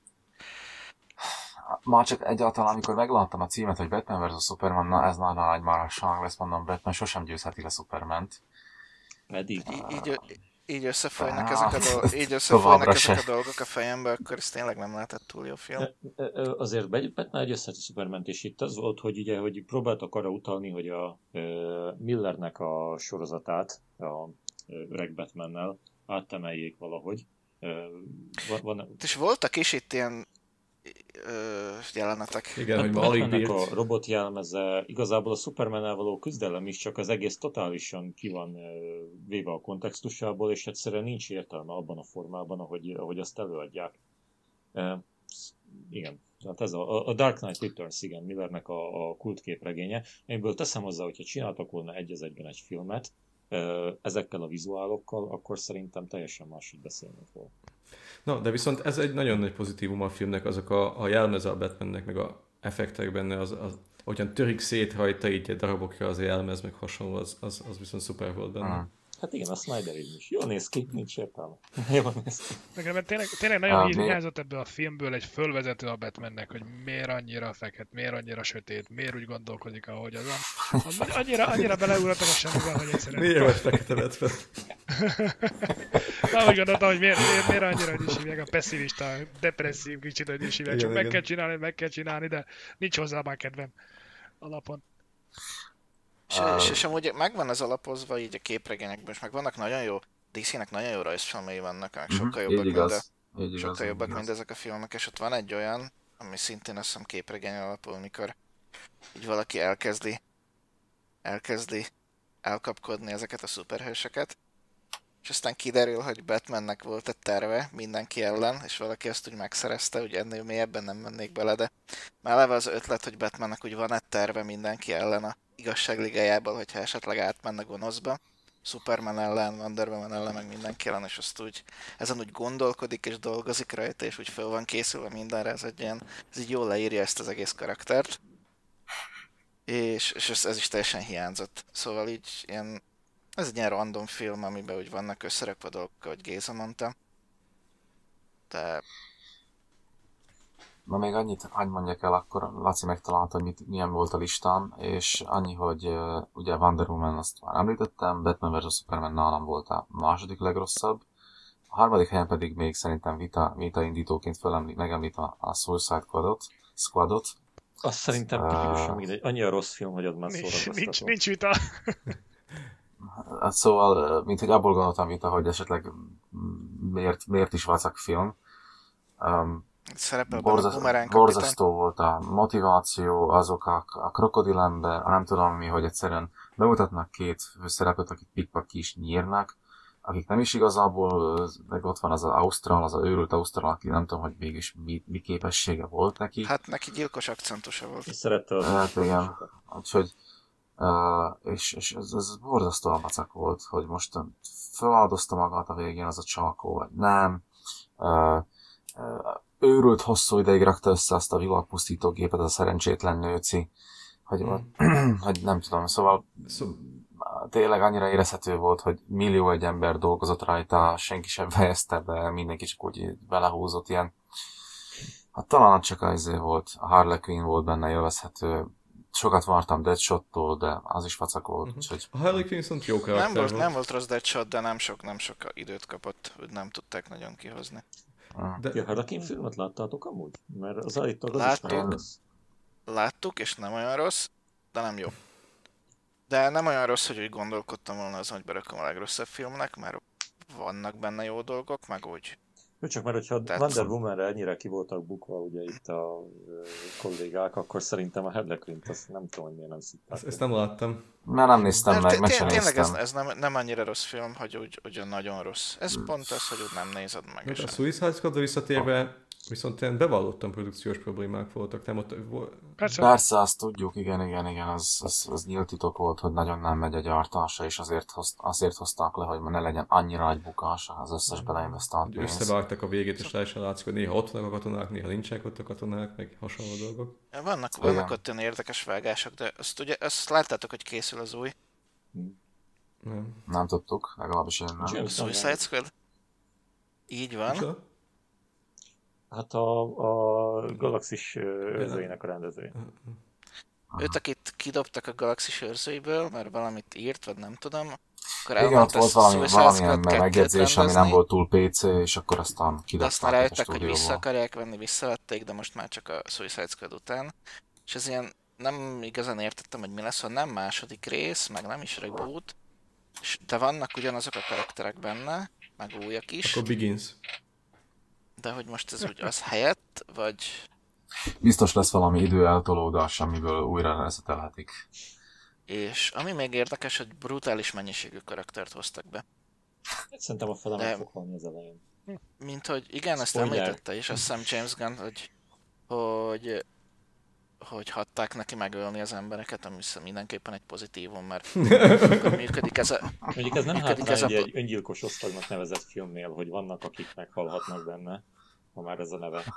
[SPEAKER 2] Már csak egyáltalán, amikor megláttam a címet, hogy Batman vs. Superman, na ez nagyon nagy marhasság lesz, mondom, Batman sosem győzheti le Supermant.
[SPEAKER 5] Pedig.
[SPEAKER 1] így összefolynak
[SPEAKER 2] Továbbra
[SPEAKER 1] ezek
[SPEAKER 2] se.
[SPEAKER 1] a dolgok a fejembe, akkor ez tényleg nem lehetett túl jó film.
[SPEAKER 5] Azért Batman egy összetett Superman is itt az volt, hogy ugye, hogy próbáltak arra utalni, hogy a Millernek a sorozatát a öreg Batmannel áttemeljék valahogy.
[SPEAKER 1] És voltak is itt ilyen jelenetek.
[SPEAKER 4] Igen, hogy ma alig
[SPEAKER 5] Batmannek
[SPEAKER 4] bírt.
[SPEAKER 5] a robot jelmeze, igazából a Superman-nel való küzdelem is, csak az egész totálisan ki van véve a kontextusából, és egyszerűen nincs értelme abban a formában, ahogy azt előadják. Igen, tehát ez a Dark Knight Returns, igen, Millernek a kultképregénye, amiből teszem hozzá, hogyha csináltak volna egy az egyben egy filmet, ezekkel a vizuálokkal, akkor szerintem teljesen máshogy beszélnek róla.
[SPEAKER 4] Na, de viszont ez egy nagyon nagy pozitívum a filmnek, azok a jelmeze a Batmannek, meg a effektek benne, ahogyan törik szét rajta így egy darabokra az jelmez, meg hasonló, az viszont szuper volt benne.
[SPEAKER 5] Hát igen, a Snyder is. Jól néz ki, nincs értelme. Jól néz ki.
[SPEAKER 3] Nekem tényleg nagyon hiányzott ebből a filmből egy fölvezető a Batmannek, hogy miért annyira fekete, miért annyira sötét, miért úgy gondolkodik, ahogy az. Annyira beleugrottak a semmiben, hogy egyszerűen...
[SPEAKER 4] Miért vagy fekete Batman?
[SPEAKER 3] Na, úgy gondoltam, hogy miért annyira, hogy is hívják, a pessimista, depresszív kicsit, hogy is hívják, csak meg kell csinálni, de nincs hozzá már kedvem alapon.
[SPEAKER 1] És amúgy megvan ez alapozva így a képregényekben, és meg vannak nagyon jó, DC-nek nagyon jó rajzfilmei vannak, meg sokkal jobbak, mint ezek a filmek, és ott van egy olyan, ami szintén azt hiszem képregény alapul, mikor így valaki elkezdi elkapkodni ezeket a szuperhősöket, és aztán kiderül, hogy Batmannek volt egy terve mindenki ellen, és valaki ezt úgy megszerezte, ugye ennél mélyebben nem mennék bele, de már eleve az ötlet, hogy Batmannek úgy van egy terve mindenki ellen a igazságligájából, hogyha esetleg átmenne gonoszba, Superman ellen, Wonder Woman ellen, meg mindenki ellen, és azt úgy, ezen úgy gondolkodik és dolgozik rajta, és úgy föl van készülve mindenre, ez így jól leírja ezt az egész karaktert, és ez is teljesen hiányzott. Szóval így ilyen, ez egy ilyen random film, amiben úgy vannak összerakva dolgok, ahogy Géza mondta. De...
[SPEAKER 2] Na még annyit mondjak el, akkor Laci megtalálta, hogy milyen volt a listám, és annyi, hogy ugye Wonder Woman azt már említettem, Batman vs. Superman nálam volt a második legrosszabb, a harmadik helyen pedig még szerintem vita indítóként megemlít a Suicide Squadot.
[SPEAKER 5] Azt szerintem tipikusan mindegy, annyira rossz film, hogy az már szórakoztató.
[SPEAKER 3] Nincs vita.
[SPEAKER 2] Hát szóval, mint hogy abból gondoltam vita, hogy esetleg miért is vacak film. Borzasztó volt a motiváció, azok a krokodilember, nem tudom mi, hogy egyszerűen bemutatnak két főszereplőt, akik pikpak ki is nyírnak, akik nem is igazából, meg ott van az az őrült Ausztrál, aki nem tudom, hogy mégis mi képessége volt neki.
[SPEAKER 1] Hát neki gyilkos akcentusa volt.
[SPEAKER 5] És szerette az.
[SPEAKER 2] Hát igen, úgyhogy és ez borzasztóan vacak volt, hogy most feláldozta magát a végén az a csalkó, vagy nem. Őrült hosszú ideig rakta össze azt a világpusztító gépet, az a szerencsétlen nőci, hogy nem tudom, szóval tényleg annyira érezhető volt, hogy millió egy ember dolgozott rajta, senki sem fejezte be, mindenki csak úgy belehúzott ilyen. Hát talán csak volt, a Harley Quinn volt benne élvezhető, sokat vártam Deadshot-tól, de az is vacak volt. Úgyhogy...
[SPEAKER 4] A Harley Quinn viszont jó karakter volt.
[SPEAKER 1] Nem volt rossz Deadshot, de nem sok időt kapott, hogy nem tudták nagyon kihozni.
[SPEAKER 5] De a Harley Quinn filmet láttátok amúgy? Mert az állítólag az is nagyon rossz.
[SPEAKER 1] Láttuk, és nem olyan rossz, de nem jó. De nem olyan rossz, hogy úgy gondolkodtam volna azon, hogy berakom a legrosszabb filmnek, mert vannak benne jó dolgok, meg úgy.
[SPEAKER 5] Jó, csak mert hogyha Wonder Woman-re ennyire ki voltak bukva ugye itt a kollégák, akkor szerintem a Harley Quinn-t azt nem tudom, hogy miért nem szitták.
[SPEAKER 4] Ezt nem láttam.
[SPEAKER 2] Mert nem néztem meg sem
[SPEAKER 1] tényleg
[SPEAKER 2] néztem.
[SPEAKER 1] ez nem annyira rossz film, hogy olyan nagyon rossz. Ez pont az, hogy úgy nem nézed meg.
[SPEAKER 4] A Suicide Squadra visszatérve, viszont én bevallottam produkciós problémák voltak, nem ott...
[SPEAKER 2] Persze, azt tudjuk, igen, az nyílt titok volt, hogy nagyon nem megy a gyártása, és azért hozták le, hogy ne legyen annyira nagy bukása az összes beleinvestált pénz.
[SPEAKER 4] Összevágtak a végét, és teljesen látszik, hogy néha ott vannak a katonák, néha nincsenek ott a katonák, meg hasonló dolgok.
[SPEAKER 1] Vannak ott olyan érdekes vágások, de azt láttátok, hogy készül az új?
[SPEAKER 2] Nem tudtuk, legalábbis én nem.
[SPEAKER 1] Suicide Squad? Így van.
[SPEAKER 5] Hát a Galaxis őrzőinek a rendezője.
[SPEAKER 1] Őt, akit kidobtak a Galaxis őrzőiből, mert valamit írt, vagy nem tudom, akkor
[SPEAKER 2] Igen, ott
[SPEAKER 1] elment
[SPEAKER 2] volt valamilyen megjegyzés, ami nem volt túl PC, és akkor aztán
[SPEAKER 1] de aztán
[SPEAKER 2] kidobták a
[SPEAKER 1] rájöttek, hogy vissza
[SPEAKER 2] stúdióból.
[SPEAKER 1] akarják venni, visszavették, de most már csak a Suicide Squad után. És ez ilyen, nem igazán értettem, hogy mi lesz, hogy nem második rész, meg nem is reboot, de vannak ugyanazok a karakterek benne, meg újak is,
[SPEAKER 4] Akkor Begins.
[SPEAKER 1] de hogy most ez úgy az helyett, vagy...
[SPEAKER 2] Biztos lesz valami időeltolódás, amiből újra reszetelhetik.
[SPEAKER 1] És ami még érdekes, hogy brutális mennyiségű karaktert hoztak be.
[SPEAKER 5] Szerintem a fele
[SPEAKER 1] De-
[SPEAKER 5] meg fog halni az elején.
[SPEAKER 1] Mint hogy igen, ezt
[SPEAKER 5] Spoiler.
[SPEAKER 1] említette is, azt hiszem James Gunn, hogy hagyták neki megölni az embereket, ami viszont mindenképpen egy pozitívum, mert akkor működik ez a...
[SPEAKER 5] Mondjuk ez nem
[SPEAKER 1] Működik
[SPEAKER 5] hátrány
[SPEAKER 1] ez a-
[SPEAKER 5] egy öngyilkos osztagnak nevezett filmnél, hogy vannak, akik meghalhatnak benne, ha már ez a neve.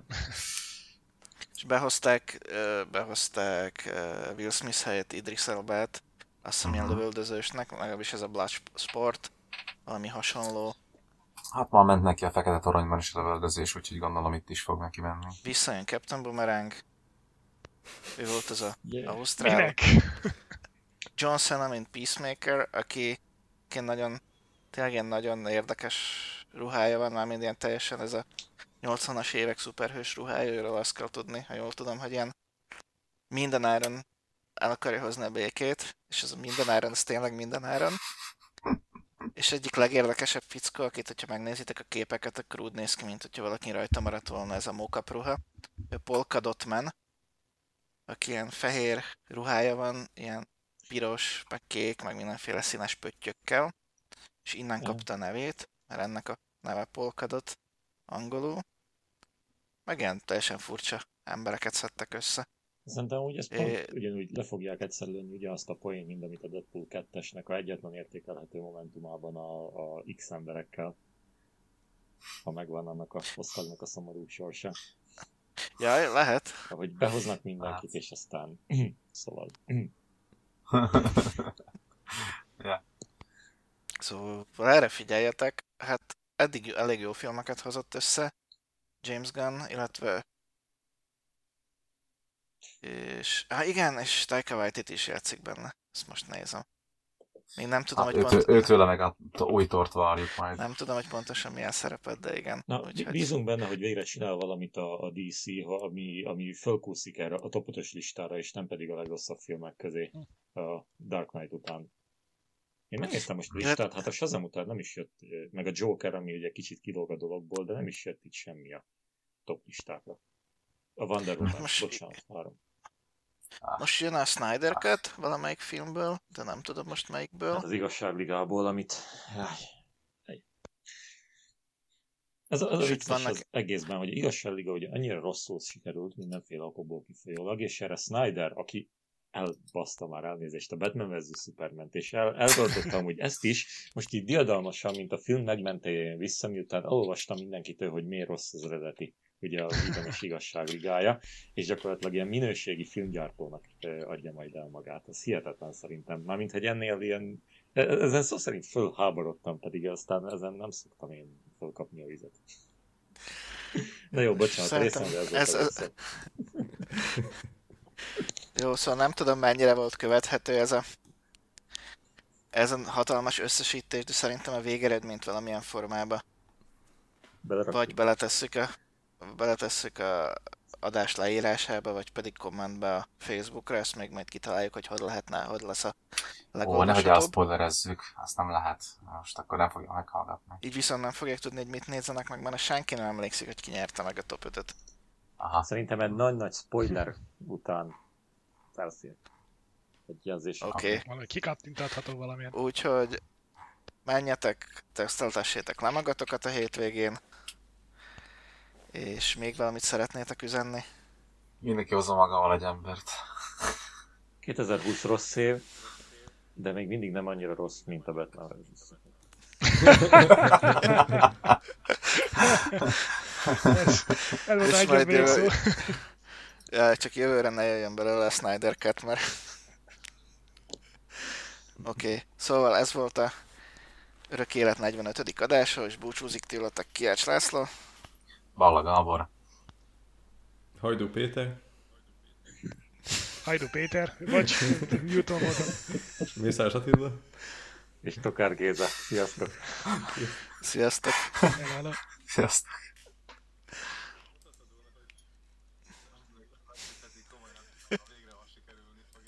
[SPEAKER 1] És behozták Will Smith helyett Idris Elbát, azt hiszem ilyen lövöldözősnek, legalábbis ez a Bloodsport, valami hasonló.
[SPEAKER 2] Hát már ment neki a Fekete Toronyban is a lövöldözés, úgyhogy gondolom itt is fog neki menni.
[SPEAKER 1] Visszajön Captain Boomerang, ő volt az a
[SPEAKER 5] Yeah.
[SPEAKER 1] Ausztrál.
[SPEAKER 3] Minek?
[SPEAKER 1] John Cena, mint Peacemaker, aki nagyon, tényleg ilyen nagyon érdekes ruhája van, már mind ilyen teljesen ez a 80-as évek szuperhős ruhája, őről azt kell tudni, ha jól tudom, hogy ilyen minden áron el akarja hozni a békét, és ez a minden áron, ez tényleg minden áron. És egyik legérdekesebb fickó, akit, hogyha megnézitek a képeket, akkor úgy néz ki, mint hogyha valaki rajta maradt volna ez a mocap ruha. Ő Polka Dot Man, aki ilyen fehér ruhája van, ilyen piros, meg kék, meg mindenféle színes pöttyökkel, és innen kapta a nevét, mert ennek a neve Polka Dot angolul. Meg ilyen teljesen furcsa embereket szedtek össze.
[SPEAKER 5] Szerintem úgy ezt pont ugyanúgy le fogják egyszer lőni ugyanazt a poén, mint amit a Deadpool 2-esnek a egyetlen értékelhető momentumában a X emberekkel. Ha megvan annak a osztagnak a szomorú sorsa.
[SPEAKER 1] Jaj, lehet.
[SPEAKER 5] Ahogy behoznak mindenkit, és aztán... Szóval...
[SPEAKER 1] Szóval erre figyeljetek, hát eddig elég jó filmeket hozott össze James Gunn, illetve és igen, és Taika Waititi is játszik benne. Ezt most nézem. Még nem tudom, hogy
[SPEAKER 2] Őtőle meg a új tort várjuk majd.
[SPEAKER 1] Nem tudom, hogy pontosan milyen szerepet, de igen.
[SPEAKER 5] Na,
[SPEAKER 1] Úgyhogy...
[SPEAKER 5] bízunk benne, hogy végre csinál valamit a DC, ami fölkúszik erre a top 5-ös listára, és nem pedig a legrosszabb filmek közé a Dark Knight után. Én megnéztem most a listát, hát a Shazam után nem is jött, meg a Joker, ami ugye kicsit kilóg a dologból, de nem is jött itt semmi a top listákra. A Wonder Woman, bocsánat, várom.
[SPEAKER 1] Most jön a Snyder Cut valamelyik filmből, de nem tudom most melyikből.
[SPEAKER 5] Hát az Igazságligából, amit... Ez a vicces vannak... az egészben, hogy Igazságliga ugye annyira rosszul sikerült mindenféle okokból kifolyólag, és erre Snyder, aki elbaszta már elnézést a Batman vs. Superman-t, és elgondoltam, hogy ezt is most így diadalmasan, mint a film megmentéjén vissza, miután elolvastam mindenkitől, hogy miért rossz az eredeti, ugye a Vídemes Igazságligája, és gyakorlatilag ilyen minőségi filmgyártónak adja majd el magát. Ez hihetetlen szerintem. Mármint, hogy ennél ilyen... Ezen szó szerint fölháborodtam, pedig aztán ezen nem szoktam én fölkapni a vizet. Na jó, bocsánat, részemre ez
[SPEAKER 1] Jó, szóval nem tudom, mennyire volt követhető ez a hatalmas összesítés, de szerintem a végeredményt valamilyen formába. Vagy beletesszük a adás leírásába, vagy pedig kommentbe a Facebookra, ezt még majd kitaláljuk, hogy hogy lesz a legolvashatóbb.
[SPEAKER 2] Nehogy elszpoilerezzük, azt nem lehet. Most akkor nem fogja meghallgatni.
[SPEAKER 1] Így viszont nem fogják tudni, hogy mit nézzenek meg, mert senki nem emlékszik, hogy ki nyerte meg a top 5-öt.
[SPEAKER 2] Aha.
[SPEAKER 5] Szerintem egy nagy-nagy spoiler után felszírt. Egy jelzés.
[SPEAKER 1] Oké.
[SPEAKER 3] Valami kikattintatható valamilyen.
[SPEAKER 1] Úgyhogy menjetek, teszteltessétek le magatokat a hétvégén, és még valamit szeretnétek üzenni?
[SPEAKER 2] Mindenki hozza magával egy embert.
[SPEAKER 5] 2020 rossz év, de még mindig nem annyira rossz, mint a Batman.
[SPEAKER 3] Ez volt egy még szó.
[SPEAKER 1] Ja, csak jövőre ne jöjjön belőle a Snyder Cut, mert... Oké, szóval ez volt a Örök Élet 45. adása, és búcsúzik tőletek Kiács László.
[SPEAKER 2] Balla Gábor.
[SPEAKER 4] Hajdú Péter.
[SPEAKER 3] Hajdú Péter, vagy Newton voltam.
[SPEAKER 4] Mészáros Attila.
[SPEAKER 5] És Tokár Géza. Sziasztok!
[SPEAKER 1] Sziasztok!
[SPEAKER 3] Hello.
[SPEAKER 2] Sziasztok!